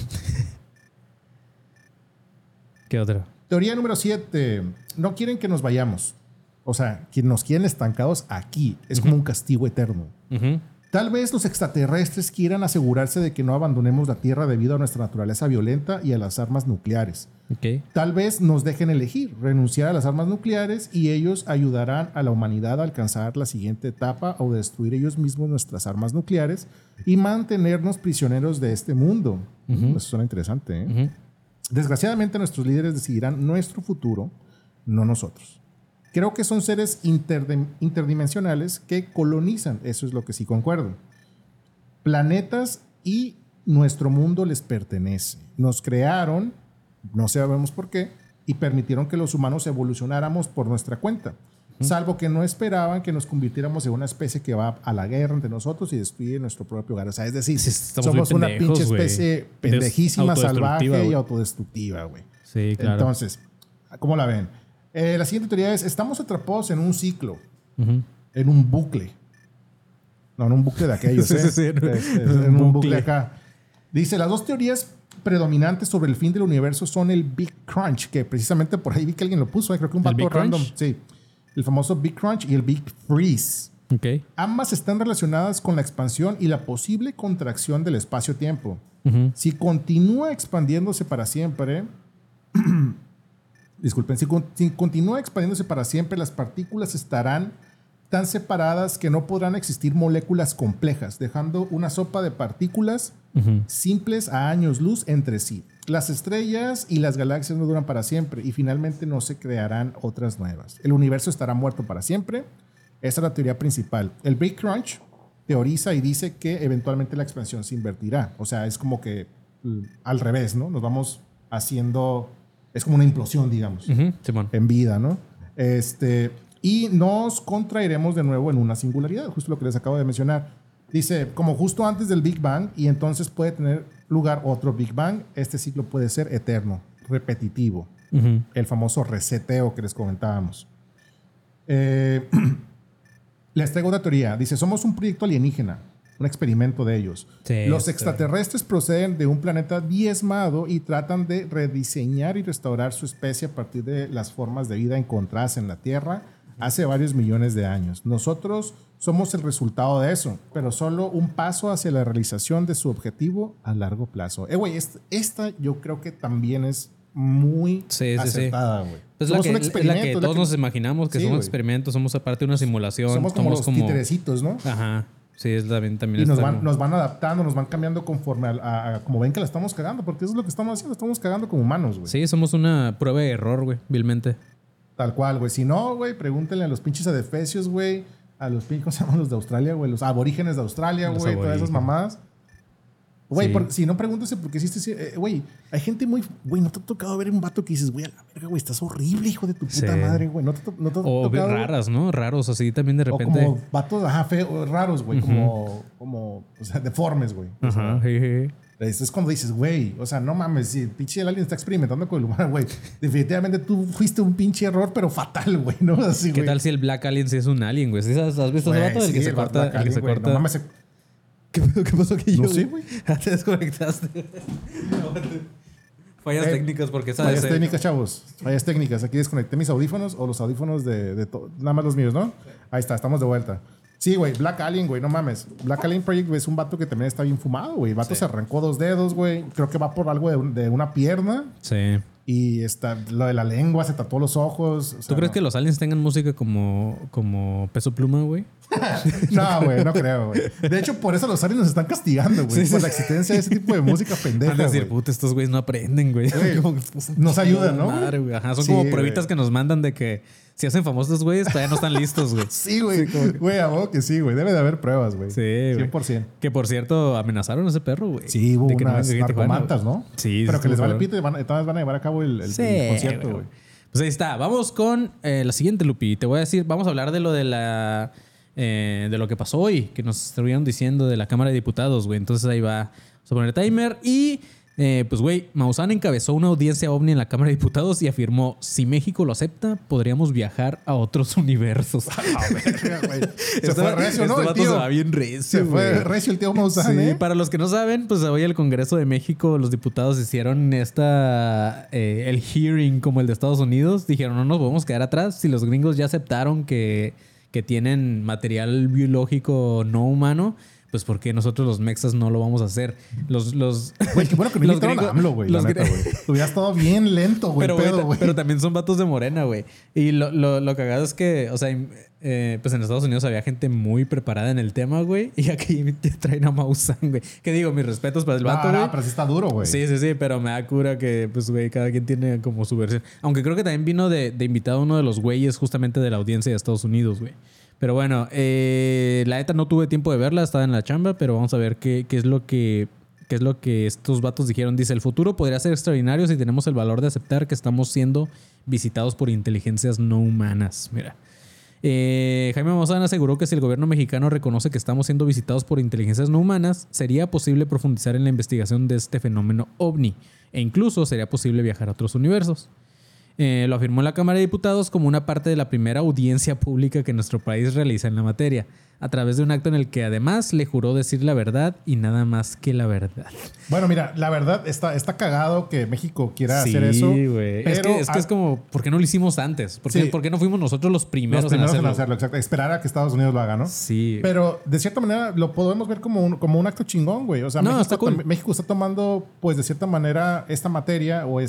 ¿Qué otra? Teoría número 7. No quieren que nos vayamos. O sea, que nos quieren estancados aquí. Es como un castigo eterno. Tal vez los extraterrestres quieran asegurarse de que no abandonemos la Tierra debido a nuestra naturaleza violenta y a las armas nucleares. Okay. Tal vez nos dejen elegir, renunciar a las armas nucleares y ellos ayudarán a la humanidad a alcanzar la siguiente etapa o destruir ellos mismos nuestras armas nucleares y mantenernos prisioneros de este mundo. Eso suena interesante, ¿eh? Desgraciadamente nuestros líderes decidirán nuestro futuro, no nosotros. Creo que son seres interdimensionales que colonizan, eso es lo que sí concuerdo. Planetas y nuestro mundo les pertenece. Nos crearon, no sabemos por qué, y permitieron que los humanos evolucionáramos por nuestra cuenta. Salvo que no esperaban que nos convirtiéramos en una especie que va a la guerra entre nosotros y destruye nuestro propio hogar. O sea, es decir, Sí, somos una pinche especie pendejísima, salvaje y autodestructiva, güey. Sí, claro. Entonces, ¿cómo la ven? La siguiente teoría es, estamos atrapados en un ciclo, en un bucle. No, en un bucle de aquellos, ¿eh? En un bucle acá. Dice, las dos teorías predominantes sobre el fin del universo son el Big Crunch, que precisamente por ahí vi que alguien lo puso, creo que un vato random. Sí. El famoso Big Crunch y el Big Freeze. Okay. Ambas están relacionadas con la expansión y la posible contracción del espacio-tiempo. Si continúa expandiéndose para siempre... Disculpen, si continúa expandiéndose para siempre, las partículas estarán tan separadas que no podrán existir moléculas complejas, dejando una sopa de partículas simples a años luz entre sí. Las estrellas y las galaxias no duran para siempre y finalmente no se crearán otras nuevas. El universo estará muerto para siempre. Esa es la teoría principal. El Big Crunch teoriza y dice que eventualmente la expansión se invertirá. O sea, es como que al revés, ¿no? Nos vamos haciendo... Es como una implosión, digamos, en vida, ¿no? Y nos contraeremos de nuevo en una singularidad, justo lo que les acabo de mencionar. Dice, como justo antes del Big Bang, y entonces puede tener lugar otro Big Bang. Este ciclo puede ser eterno, repetitivo. El famoso reseteo que les comentábamos. Les traigo otra teoría. Dice, somos un proyecto alienígena, un experimento de ellos. Sí, los extraterrestres proceden de un planeta diezmado y tratan de rediseñar y restaurar su especie a partir de las formas de vida encontradas en la Tierra hace varios millones de años. Nosotros somos el resultado de eso, pero solo un paso hacia la realización de su objetivo a largo plazo. Güey, esta yo creo que también es muy Sí. acertada, güey. Es Somos un es la experimento. que es la todos que- nos imaginamos que Sí, somos güey. experimentos, somos aparte de una simulación. Somos como los títerecitos, ¿no? Ajá. Sí, es también Y nos está van adaptando, nos van cambiando conforme a como ven que la estamos cagando, porque eso es lo que estamos haciendo, estamos cagando como humanos, güey. Sí, somos una prueba de error, güey, vilmente. Tal cual, güey. Si no, güey, pregúntenle a los pinches adefesios, güey, a los pinches, ¿cómo se llaman los de Australia, güey? Los aborígenes de Australia, Los güey, todas esas aborígenes. mamadas. Güey, Sí. si no, pregúntese por qué hiciste... güey, hay gente muy... Güey, ¿no te ha tocado ver un vato que dices, güey, a la verga, güey, estás horrible, hijo de tu puta Sí. madre, güey? ¿No te ha O tocado? raras, ¿no? Raros, así también de O repente. como vatos, ajá, feos, raros, güey, como, o sea, deformes, güey. O sea, Ajá, jeje. es cuando dices, güey, o sea, no mames, si el pinche alien está experimentando con el humano, güey, definitivamente tú fuiste un pinche error, pero fatal, güey, ¿no? Así, ¿Qué güey. tal si el Black Alien sí es un alien, güey? ¿Sí ¿Has visto ese Güey, vato? El que sí, se corta. Black El que se Alien, güey, corta. No mames, ¿Qué pasó aquí No yo? sé, güey. Te desconectaste. Fallas técnicas porque sabes. fallas técnicas, chavos. Fallas técnicas. Aquí desconecté mis audífonos o los audífonos de nada más los míos, ¿no? Ahí está, estamos de vuelta. Sí, güey, Black Alien, güey, no mames. Black Alien Project güey, es un vato que también está bien fumado, güey. El vato se arrancó 2 dedos, güey. Creo que va por algo de una pierna. Sí. Y lo de la lengua, se tatuó los ojos. O sea, ¿Tú crees no. que los aliens tengan música como Peso Pluma, güey? No, güey, no creo, güey. De hecho, por eso los aliens nos están castigando, güey. Sí, por sí. la existencia de ese tipo de música pendeja, Van a decir, güey. puta, estos güeyes no aprenden, güey. Güey, Como que, nos ayudan, ¿no, güey? Madre, güey. Ajá, son Sí, como güey. pruebitas que nos mandan de que si hacen famosos estos güeyes, todavía no están listos, güey. Sí, güey. Güey, a vos que sí, güey. Debe de haber pruebas, güey. Sí, güey. 100%. Que por cierto, amenazaron a ese perro, güey. Sí, hubo De que no unas venga aquí a Tijuana, narcomantas, güey. ¿no? Sí, Pero sí que les estuvo vale cabrón. pito y entonces van a llevar a cabo el concierto, güey. Pues ahí está. Vamos con la siguiente, Lupi. Te voy a decir, vamos a hablar de lo de la de lo que pasó hoy, que nos estuvieron diciendo de la Cámara de Diputados, güey. Entonces ahí va. Vamos a poner timer y pues, güey, Maussan encabezó una audiencia ovni en la Cámara de Diputados y afirmó, si México lo acepta, podríamos viajar a otros universos. A ver, güey. Se fue recio, ¿no? Este El vato tío. se va bien recio, Se fue güey. recio el tío Maussan, Sí, ¿eh? para los que no saben, pues hoy el Congreso de México, los diputados hicieron el hearing como el de Estados Unidos. Dijeron, no nos podemos quedar atrás. Si los gringos ya aceptaron que tienen material biológico no humano, pues ¿por qué nosotros los mexas no lo vamos a hacer? Güey, qué bueno que no los invitaron a gringos- AMLO, güey. La los neta, gringos- güey. Hubiera estado bien lento, güey, pero, el pedo, güey, güey. pero también son vatos de morena, güey. Y lo cagado es que, o sea, pues en Estados Unidos había gente muy preparada en el tema, güey. Y aquí te traen a Maussan, güey. Que digo, mis respetos para el vato, güey. No, pero sí está duro, güey. Sí, pero me da cura que, pues, güey, cada quien tiene como su versión. Aunque creo que también vino de invitado uno de los güeyes justamente de la audiencia de Estados Unidos, güey. Pero bueno, la neta no tuve tiempo de verla, estaba en la chamba, pero vamos a ver qué es lo que estos vatos dijeron. Dice, el futuro podría ser extraordinario si tenemos el valor de aceptar que estamos siendo visitados por inteligencias no humanas. Mira. Jaime Maussan aseguró que si el gobierno mexicano reconoce que estamos siendo visitados por inteligencias no humanas, sería posible profundizar en la investigación de este fenómeno ovni e incluso sería posible viajar a otros universos. Lo afirmó en la Cámara de Diputados como una parte de la primera audiencia pública que nuestro país realiza en la materia, a través de un acto en el que además le juró decir la verdad y nada más que la verdad. Bueno, mira, la verdad está cagado que México quiera Sí, hacer eso. güey. Es que es como, ¿por qué no lo hicimos antes? ¿Por qué, Sí. ¿por qué no fuimos nosotros los primeros, los primeros en en hacerlo? hacerlo, exacto. Esperar a que Estados Unidos lo haga, ¿no? Sí. Pero de cierta manera lo podemos ver como un acto chingón, güey. O sea, No, México, está cool. México está tomando, pues, de cierta manera, esta materia o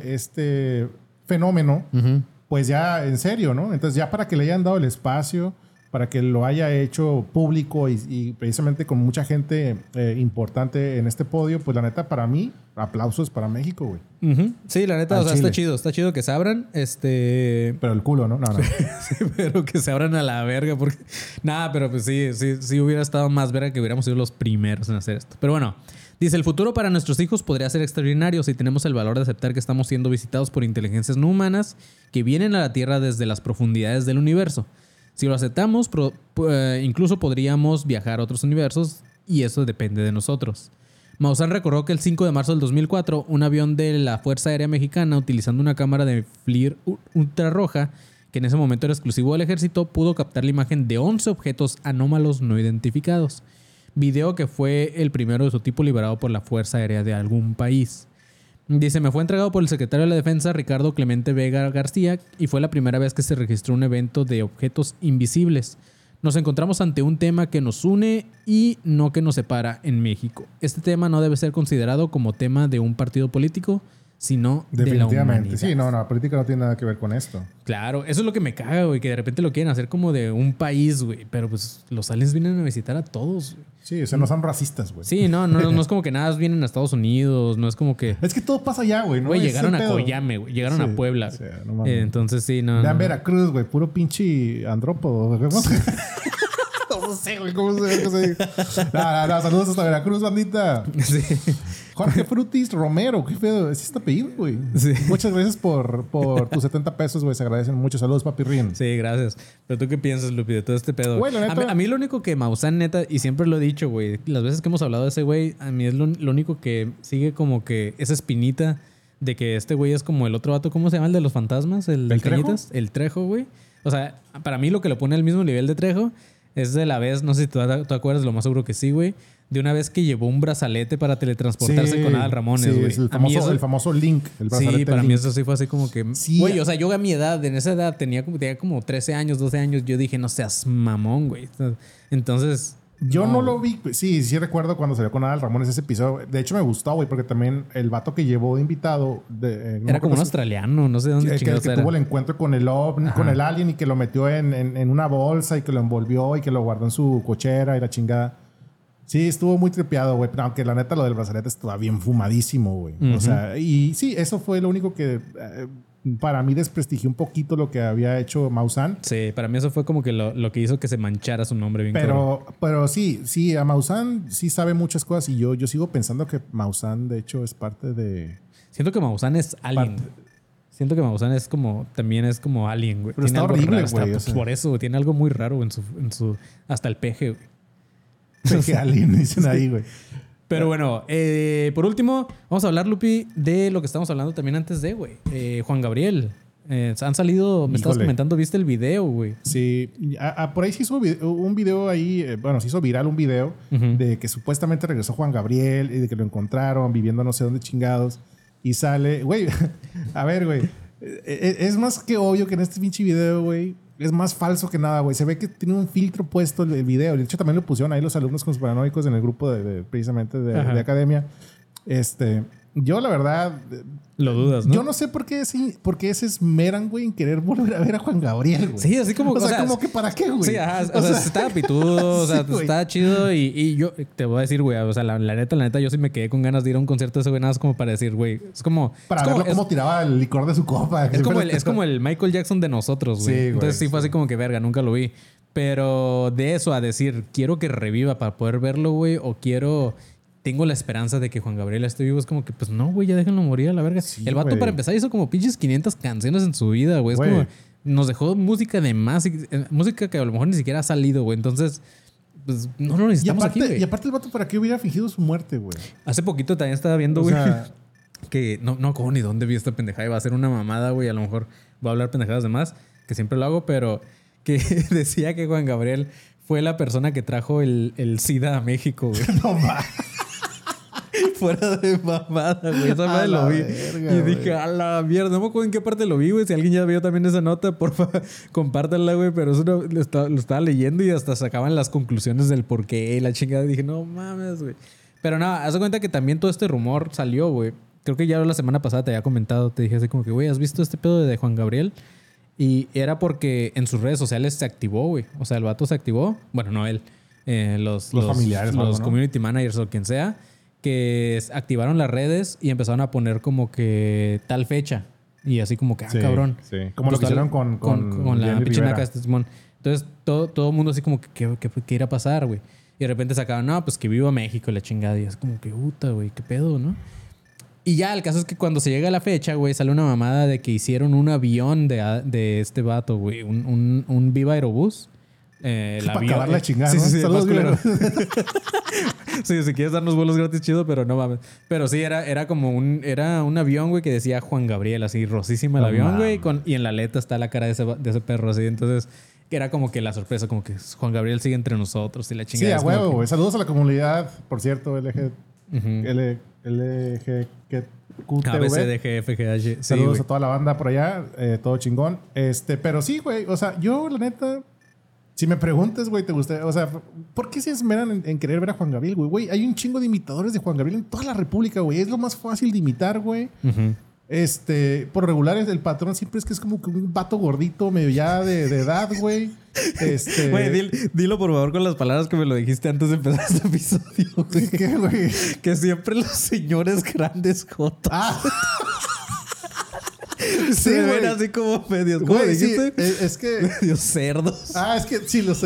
este fenómeno, pues ya en serio, ¿no? Entonces, ya para que le hayan dado el espacio, para que lo haya hecho público y precisamente con mucha gente importante en este podio, pues la neta, para mí, aplausos para México, güey. Ujú. Sí, la neta, Al o sea, chile. está chido que se abran, Pero el culo, ¿no? No. sí, pero que se abran a la verga, porque nada, pero pues sí hubiera estado más verga que hubiéramos sido los primeros en hacer esto. Pero bueno, dice, el futuro para nuestros hijos podría ser extraordinario si tenemos el valor de aceptar que estamos siendo visitados por inteligencias no humanas que vienen a la Tierra desde las profundidades del universo. Si lo aceptamos, incluso podríamos viajar a otros universos y eso depende de nosotros. Maussan recordó que el 5 de marzo del 2004, un avión de la Fuerza Aérea Mexicana, utilizando una cámara de FLIR ultrarroja, que en ese momento era exclusivo del ejército, pudo captar la imagen de 11 objetos anómalos no identificados. Video que fue el primero de su tipo liberado por la Fuerza Aérea de algún país. Dice, me fue entregado por el secretario de la Defensa, Ricardo Clemente Vega García, y fue la primera vez que se registró un evento de objetos invisibles. Nos encontramos ante un tema que nos une y no que nos separa en México. Este tema no debe ser considerado como tema de un partido político, sino de la Definitivamente. humanidad. Sí, no, la política no tiene nada que ver con esto. Claro, eso es lo que me caga, güey, que de repente lo quieren hacer como de un país, güey. Pero pues los aliens vienen a visitar a todos, güey. Sí, o sea, no son racistas, güey. Sí, no es como que nada vienen a Estados Unidos, no es como que... Es que todo pasa allá, güey, ¿no? Güey, Ese llegaron a pedo. Coyame, güey. Llegaron Sí, a Puebla. o sea, no mames. Entonces sí, no. Vean no. Veracruz, güey, puro pinche andrópodo. güey. No sé, güey, cómo se dice. No, saludos hasta Veracruz, bandita. Sí. Jorge Frutis Romero, qué feo. ¿Es este apellido, güey? Sí. Muchas gracias por tus 70 pesos, güey. Se agradecen mucho. Saludos, papi Rin. Sí, gracias. Pero tú qué piensas, Lupi, de todo este pedo. Güey, la neta- A mí lo único que Maussan, neta, y siempre lo he dicho, güey, las veces que hemos hablado de ese güey, a mí es lo único que sigue como que esa espinita de que este güey es como el otro vato, ¿cómo se llama? El de los fantasmas, el de ¿El Trejo? Cañitas, el Trejo, güey. O sea, para mí lo que lo pone al mismo nivel de Trejo es de la vez, no sé si tú acuerdas, lo más seguro que sí, güey, de una vez que llevó un brazalete para teletransportarse Sí, con Adal Ramones, sí, güey. es el A mí famoso, eso- el famoso Link. El brazalete Sí, para mí Link. eso sí fue así como que... Sí. Güey, o sea, yo a mi edad, en esa edad, tenía como 13 años, 12 años. Yo dije, no seas mamón, güey. Entonces... Yo no lo vi. Sí recuerdo cuando salió con Adal Ramones ese episodio. De hecho, me gustó, güey, porque también el vato que llevó de invitado... no me Era acuerdo como un si- australiano, no sé dónde el chingados que era. tuvo el encuentro con el ovni, con el alien y que lo metió en una bolsa y que lo envolvió y que lo guardó en su cochera y la chingada. Sí, estuvo muy tripeado, güey. Pero aunque la neta lo del brazalete estaba bien fumadísimo, güey. O sea, y sí, eso fue lo único que para mí desprestigió un poquito lo que había hecho Maussan. Sí, para mí eso fue como que lo que hizo que se manchara su nombre bien cabrón. Pero sí, a Maussan sí sabe muchas cosas y yo sigo pensando que Maussan, de hecho, es parte de... Siento que Maussan es alien. Siento que Maussan es como... También es como alien, güey. Pero está algo horrible, raro, güey, o sea. Por eso, güey. Tiene algo muy raro en su... Hasta el peje, güey. que alien, dicen ahí, güey. Pero bueno, por último, vamos a hablar, Lupi, de lo que estamos hablando también antes de, güey. Juan Gabriel. Han salido, me estabas Híjole. comentando, viste el video, güey. Sí, por ahí se hizo un video ahí, se hizo viral un video de que supuestamente regresó Juan Gabriel y de que lo encontraron viviendo no sé dónde chingados y sale, güey, a ver, güey, es más que obvio que en este pinche video, güey, es más falso que nada, güey. Se ve que tiene un filtro puesto el video. De hecho, también lo pusieron ahí los alumnos conspiranoicos en el grupo precisamente de academia. Yo, la verdad... Lo dudas, ¿no? Yo no sé por qué se esmeran, güey, en querer volver a ver a Juan Gabriel, güey. Sí, así como... O sea, como que ¿para qué, güey? Sí, ajá. O sea, estaba pitudo, o sea, sí, güey. estaba chido y yo te voy a decir, güey, o sea, la neta, yo sí me quedé con ganas de ir a un concierto de ese güey, nada más como para decir, güey, es como... Para es como, verlo cómo tiraba el licor de su copa. es como el Michael Jackson de nosotros, güey. Sí, güey, Entonces sí fue sí. así como que, verga, nunca lo vi. Pero de eso a decir, quiero que reviva para poder verlo, güey, o tengo la esperanza de que Juan Gabriel esté vivo. Es como que, pues no, güey, ya déjenlo morir a la verga. Sí, el vato, güey. para empezar, hizo como pinches 500 canciones en su vida, güey. Es Güey. como, nos dejó música de más, música que a lo mejor ni siquiera ha salido, güey. Entonces, pues no lo necesitamos aquí, güey. Y aparte el vato, ¿para qué hubiera fingido su muerte, güey? Hace poquito también estaba viendo, O güey, sea- que no, como ni dónde vi esta pendejada. Y va a ser una mamada, güey. A lo mejor voy a hablar pendejadas de más, que siempre lo hago, pero que decía que Juan Gabriel fue la persona que trajo el SIDA a México, güey. No mames. Fuera de mamada, güey. Esa A madre la lo vi. verga, Y dije, güey. a la mierda. No me acuerdo en qué parte lo vi, güey. Si alguien ya vio también esa nota, porfa, compártanla, güey. Pero eso lo estaba leyendo y hasta sacaban las conclusiones del por qué y la chingada. Y dije, no mames, güey. Pero nada, haz de cuenta que también todo este rumor salió, güey. Creo que ya la semana pasada te había comentado. Te dije así como que, güey, ¿has visto este pedo de Juan Gabriel? Y era porque en sus redes sociales se activó, güey. O sea, el vato se activó. Bueno, no él. Los familiares o los algo, ¿no? community managers o quien sea, que activaron las redes y empezaron a poner como que tal fecha. Y así como que, Sí, cabrón. sí. Como lo que Total, hicieron con la Jenny pinche Rivera. naca este Simón. Entonces, todo el mundo así como que, ¿qué irá a pasar, güey? Y de repente sacaban, no, pues que viva México, la chingada. Y es como que, puta, güey, qué pedo, ¿no? Y ya, el caso es que cuando se llega la fecha, güey, sale una mamada de que hicieron un avión de este vato, güey. Un Viva Aerobús. El Para avión. acabar la chingada, Sí, ¿no? sí, sí. Saludos, más culero. Viva. Sí, si quieres darnos vuelos gratis, chido, pero no mames. Pero sí, era como era un avión, güey, que decía Juan Gabriel, así, rosísima el No avión, mames. güey. Y en la aleta está la cara de ese perro, así. Entonces, era como que la sorpresa, como que Juan Gabriel sigue entre nosotros y la Sí, chingada. a es como huevo, que- güey. Saludos a la comunidad, por cierto, Ujú. LGQTV. ABCDGFGH. Sí, Saludos güey. a toda la banda por allá, todo chingón. Pero sí, güey, o sea, yo la neta, si me preguntas, güey, te gusta, o sea, ¿por qué se esmeran en querer ver a Juan Gabriel, güey? Güey, hay un chingo de imitadores de Juan Gabriel en toda la República, güey. Es lo más fácil de imitar, güey. Ujú. Por regular, el patrón siempre es que es como que un vato gordito, medio ya de edad, güey. Güey, dilo por favor con las palabras que me lo dijiste antes de empezar este episodio, güey. ¿Qué, güey? Que siempre los señores grandes jotos. Sí, se güey. ven así como medios. ¿Cómo Güey, dijiste? sí, es que... Medios cerdos. Es que sí, los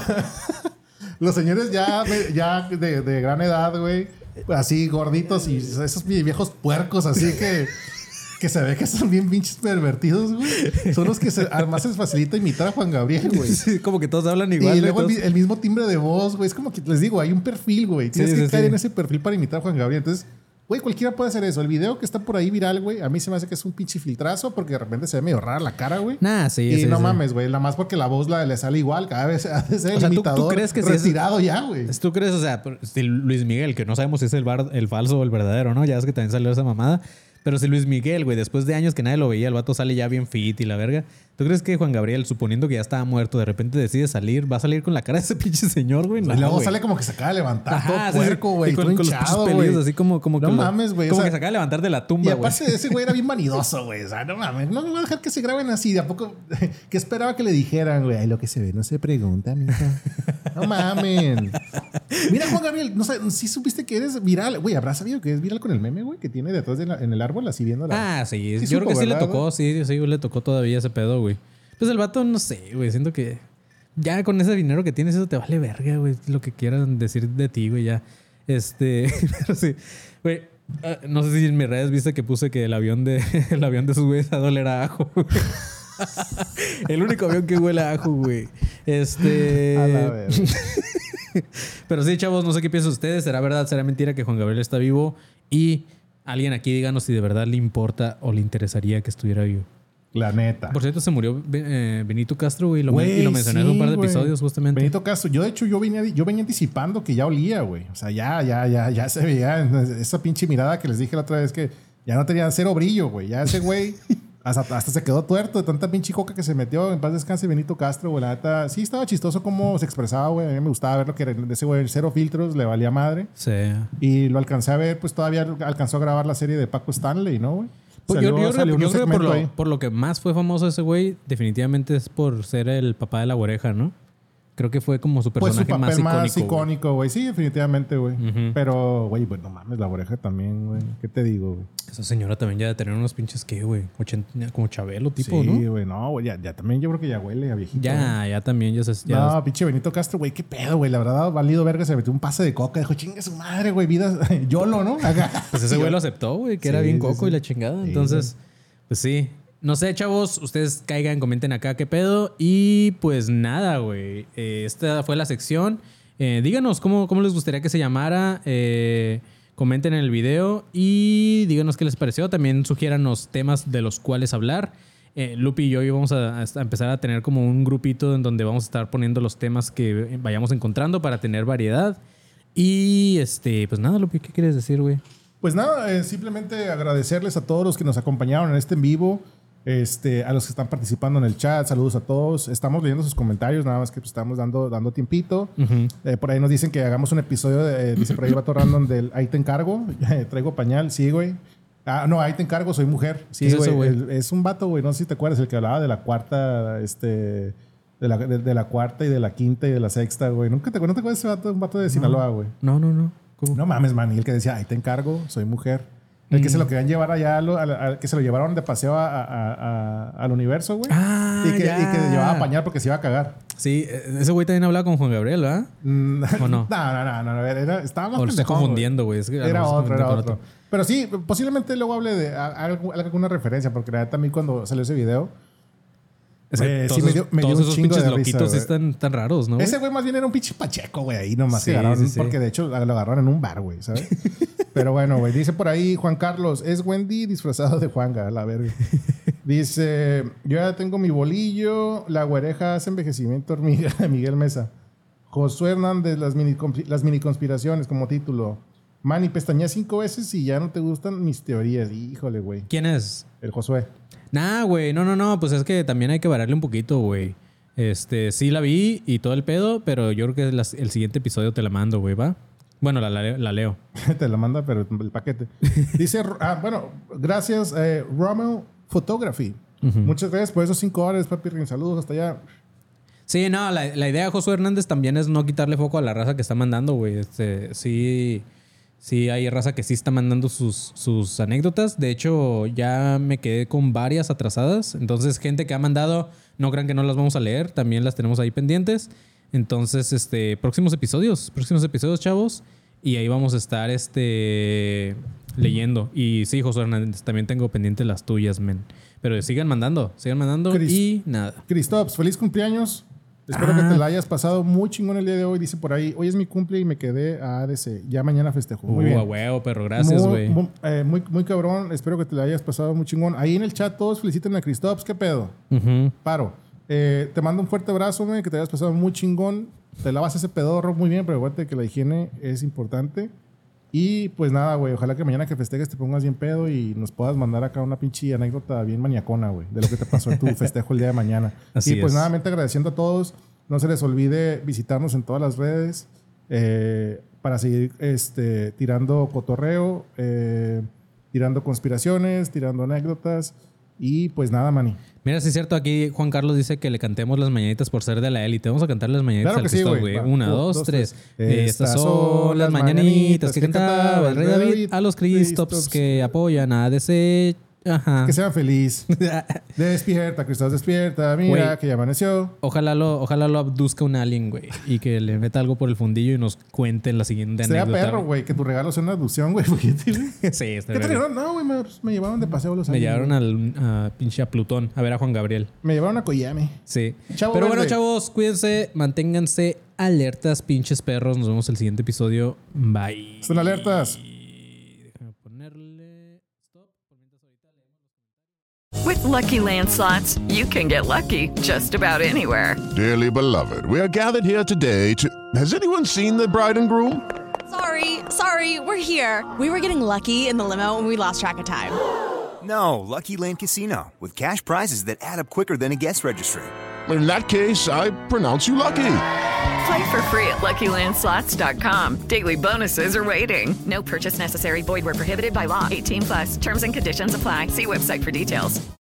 señores ya de gran edad, güey. Así gorditos y esos viejos puercos, así que se ve que son bien pinches pervertidos, güey. Son los que más se les facilita imitar a Juan Gabriel, güey. Sí, como que todos hablan igual. Y luego todos... el mismo timbre de voz, güey. Es como que les digo, hay un perfil, güey. Tienes que caer en ese perfil para imitar a Juan Gabriel. Entonces, güey, cualquiera puede hacer eso. El video que está por ahí viral, güey, a mí se me hace que es un pinche filtrazo porque de repente se ve medio rara la cara, güey. Y no mames, güey. Nada más porque la voz le sale igual. Cada vez hace el imitador ¿tú crees que retirado ya, güey. ¿Tú crees? O sea, si Luis Miguel, que no sabemos si es el falso o el verdadero, ¿no? Ya ves que también salió esa mamada. Pero si Luis Miguel, güey, después de años que nadie lo veía, el vato sale ya bien fit y la verga. ¿Tú crees que Juan Gabriel, suponiendo que ya estaba muerto, de repente decide salir? ¿Va a salir con la cara de ese pinche señor, güey? No, y luego güey. sale como que se acaba de levantar todo puerco, güey. Y con los pinches pelillos así como no que mames, güey. Como o sea, que se acaba de levantar de la tumba, y güey. aparte ese güey era bien vanidoso, güey. O sea, no mames. No voy a dejar que se graben así. ¿De a poco? ¿Qué esperaba que le dijeran, güey? Ay, lo que se ve no se pregunta, mija. No mamen. Mira, Juan Gabriel, no sé, si supiste que eres viral. Güey, ¿habrás sabido que es viral con el meme, güey? Que tiene detrás en el árbol así viendo la... Sí. Sí Yo creo que supo, sí le ¿verdad, tocó, sí, le tocó todavía ese pedo, güey. Pues el vato, no sé, güey. Siento que ya con ese dinero que tienes, eso te vale verga, güey. Lo que quieran decir de ti, güey, ya. Pero sí. Güey, no sé si en mis redes viste que puse que el avión de sus güeyes a dólar era ajo, güey. El único avión que huele a ajo, güey. A la verga. Pero sí, chavos, no sé qué piensan ustedes. ¿Será verdad, será mentira que Juan Gabriel está vivo? Y alguien aquí díganos si de verdad le importa o le interesaría que estuviera vivo. La neta. Por cierto, se murió Benito Castro, güey. Y lo mencioné en un par de episodios, justamente. Benito Castro. Yo, de hecho, yo venía anticipando que ya olía, güey. O sea, ya se veía esa pinche mirada que les dije la otra vez que ya no tenía cero brillo, güey. Ya ese güey hasta se quedó tuerto de tanta pinche coca que se metió. En paz descanse Benito Castro, güey. La neta, sí estaba chistoso cómo se expresaba, güey. A mí me gustaba ver lo que era de ese güey. Cero filtros, le valía madre. Sí. Y lo alcancé a ver, pues todavía alcanzó a grabar la serie de Paco Stanley, ¿no, güey? Pues yo creo que ahí. por lo que más fue famoso ese güey, definitivamente es por ser el papá de la oreja, ¿no? Creo que fue como su personaje pues su papel más icónico, güey. Sí, definitivamente, güey. Pero, güey, pues no mames, la oreja también, güey. ¿Qué te digo, güey? Esa señora también ya de tener unos pinches, ¿qué, güey? Como Chabelo tipo, sí, ¿no? Sí, güey. No, güey. Ya también yo creo que ya huele a viejito. Ya también. No, pinche Benito Castro, güey. ¿Qué pedo, güey? La verdad, valido verga. Se metió un pase de coca. Dijo, chingue su madre, güey. Vida YOLO, ¿no? Pues ese güey lo aceptó, güey. Que era bien coco y la chingada. Sí, entonces, pues sí. No sé, chavos, ustedes caigan, comenten acá qué pedo. Y pues nada, güey. Esta fue la sección. Díganos cómo les gustaría que se llamara. Comenten en el video y díganos qué les pareció. También sugiéranos temas de los cuales hablar. Lupi y yo hoy vamos a empezar a tener como un grupito en donde vamos a estar poniendo los temas que vayamos encontrando para tener variedad. Y pues nada, Lupi, ¿qué quieres decir, güey? Pues nada, simplemente agradecerles a todos los que nos acompañaron en este en vivo. A los que están participando en el chat, saludos a todos. Estamos leyendo sus comentarios, nada más que pues, estamos dando tiempito. Por ahí nos dicen que hagamos un episodio, dice por ahí Vato Random del Ahí te encargo, traigo pañal, sí, güey. No, ahí te encargo, soy mujer. Sí, güey. Es un vato, güey, no sé si te acuerdas, el que hablaba de la cuarta, de la cuarta y de la quinta y de la sexta, güey. ¿No te acuerdas de ese vato? Un vato de Sinaloa, güey. No. ¿Cómo? No mames, man. Y el que decía, ahí te encargo, soy mujer. El que se lo querían llevar allá, que se lo llevaron de paseo al universo, güey. Y que llevaba a pañal porque se iba a cagar. Sí, ese güey también hablaba con Juan Gabriel, ¿verdad? ¿O no? No. A ver, estaba más o lo estoy confundiendo, güey. Era otro. Pero sí, posiblemente luego hable de alguna referencia, porque la verdad también cuando salió ese video... sí, me dio un esos chingo de loquitos risa, están tan raros, ¿no? Ese güey más bien era un pinche pacheco, güey. Ahí nomás sí, que agarraron, sí. Porque de hecho lo agarraron en un bar, güey, ¿sabes? Pero bueno, güey. Dice por ahí Juan Carlos, es Wendy disfrazado de Juanga, la verga. Dice, yo ya tengo mi bolillo, la güereja hace envejecimiento hormiga, Miguel Mesa. Josué Hernández, las mini conspiraciones como título. Manny, pestañea 5 veces y ya no te gustan mis teorías. Híjole, güey. ¿Quién es? El Josué. Nah, güey. No. Pues es que también hay que variarle un poquito, güey. Sí la vi y todo el pedo, pero yo creo que el siguiente episodio te la mando, güey, ¿va? Bueno, la leo. Te la manda, pero el paquete. Dice, bueno, gracias, Rommel Photography. Muchas gracias por esos $5, papi. Saludos hasta allá. Sí, no, la idea de Josué Hernández también es no quitarle foco a la raza que está mandando, güey. Sí, hay raza que sí está mandando sus anécdotas. De hecho, ya me quedé con varias atrasadas. Entonces, gente que ha mandado, no crean que no las vamos a leer. También las tenemos ahí pendientes. Entonces, próximos episodios, chavos. Y ahí vamos a estar leyendo. Y sí, Josué Hernández, también tengo pendientes las tuyas, men. Pero sigan mandando y nada. Cristops, feliz cumpleaños. Espero que te la hayas pasado muy chingón el día de hoy. Dice por ahí, hoy es mi cumple y me quedé a ADC. Ya mañana festejo. Muy bien. A huevo, perro. Gracias, güey. Muy cabrón. Espero que te la hayas pasado muy chingón. Ahí en el chat todos feliciten a Cristops. ¿Qué pedo? Paro. Te mando un fuerte abrazo, güey. Que te hayas pasado muy chingón. Te lavas ese pedorro muy bien, pero acuérdate que la higiene es importante. Y pues nada, güey. Ojalá que mañana que festejes te pongas bien pedo y nos puedas mandar acá una pinche anécdota bien maniacona, güey, de lo que te pasó en tu festejo el día de mañana. Así y pues es. nuevamente agradeciendo a todos. No se les olvide visitarnos en todas las redes para seguir tirando cotorreo, tirando conspiraciones, tirando anécdotas. Y pues nada, mani. Mira, sí es cierto, aquí Juan Carlos dice que le cantemos las mañanitas por ser de la élite. Vamos a cantar las mañanitas Claro al que sí, Cristo, güey. Una, dos, tres. Estas son las mañanitas que cantaba el rey David a los Cristops que apoyan a ADC. Ajá. Que sean feliz. Despierta, Cristo, despierta. Mira, Güey, que ya amaneció. Ojalá lo abduzca un alien, güey. Y que le meta algo por el fundillo y nos cuente la siguiente Sería anécdota. perro, güey, que tu regalo sea una abducción, güey. Sí, ¿Qué está te bien. regalaron? No, güey, me llevaron de paseo los Me aliens, llevaron güey. pinche a Plutón a ver a Juan Gabriel. Me llevaron a Koyame. Sí. Chavo Pero bueno, verde. chavos, cuídense, manténganse alertas, pinches perros. Nos vemos el siguiente episodio. Bye. Son alertas. Déjame ponerle stop. With Lucky Land Slots, you can get lucky just about anywhere. Dearly beloved, we are gathered here today to... Has anyone seen the bride and groom? Sorry, we're here. We were getting lucky in the limo and we lost track of time. No, Lucky Land Casino, with cash prizes that add up quicker than a guest registry. In that case, I pronounce you lucky. Play for free at LuckyLandSlots.com. Daily bonuses are waiting. No purchase necessary. Void where prohibited by law. 18+. Terms and conditions apply. See website for details.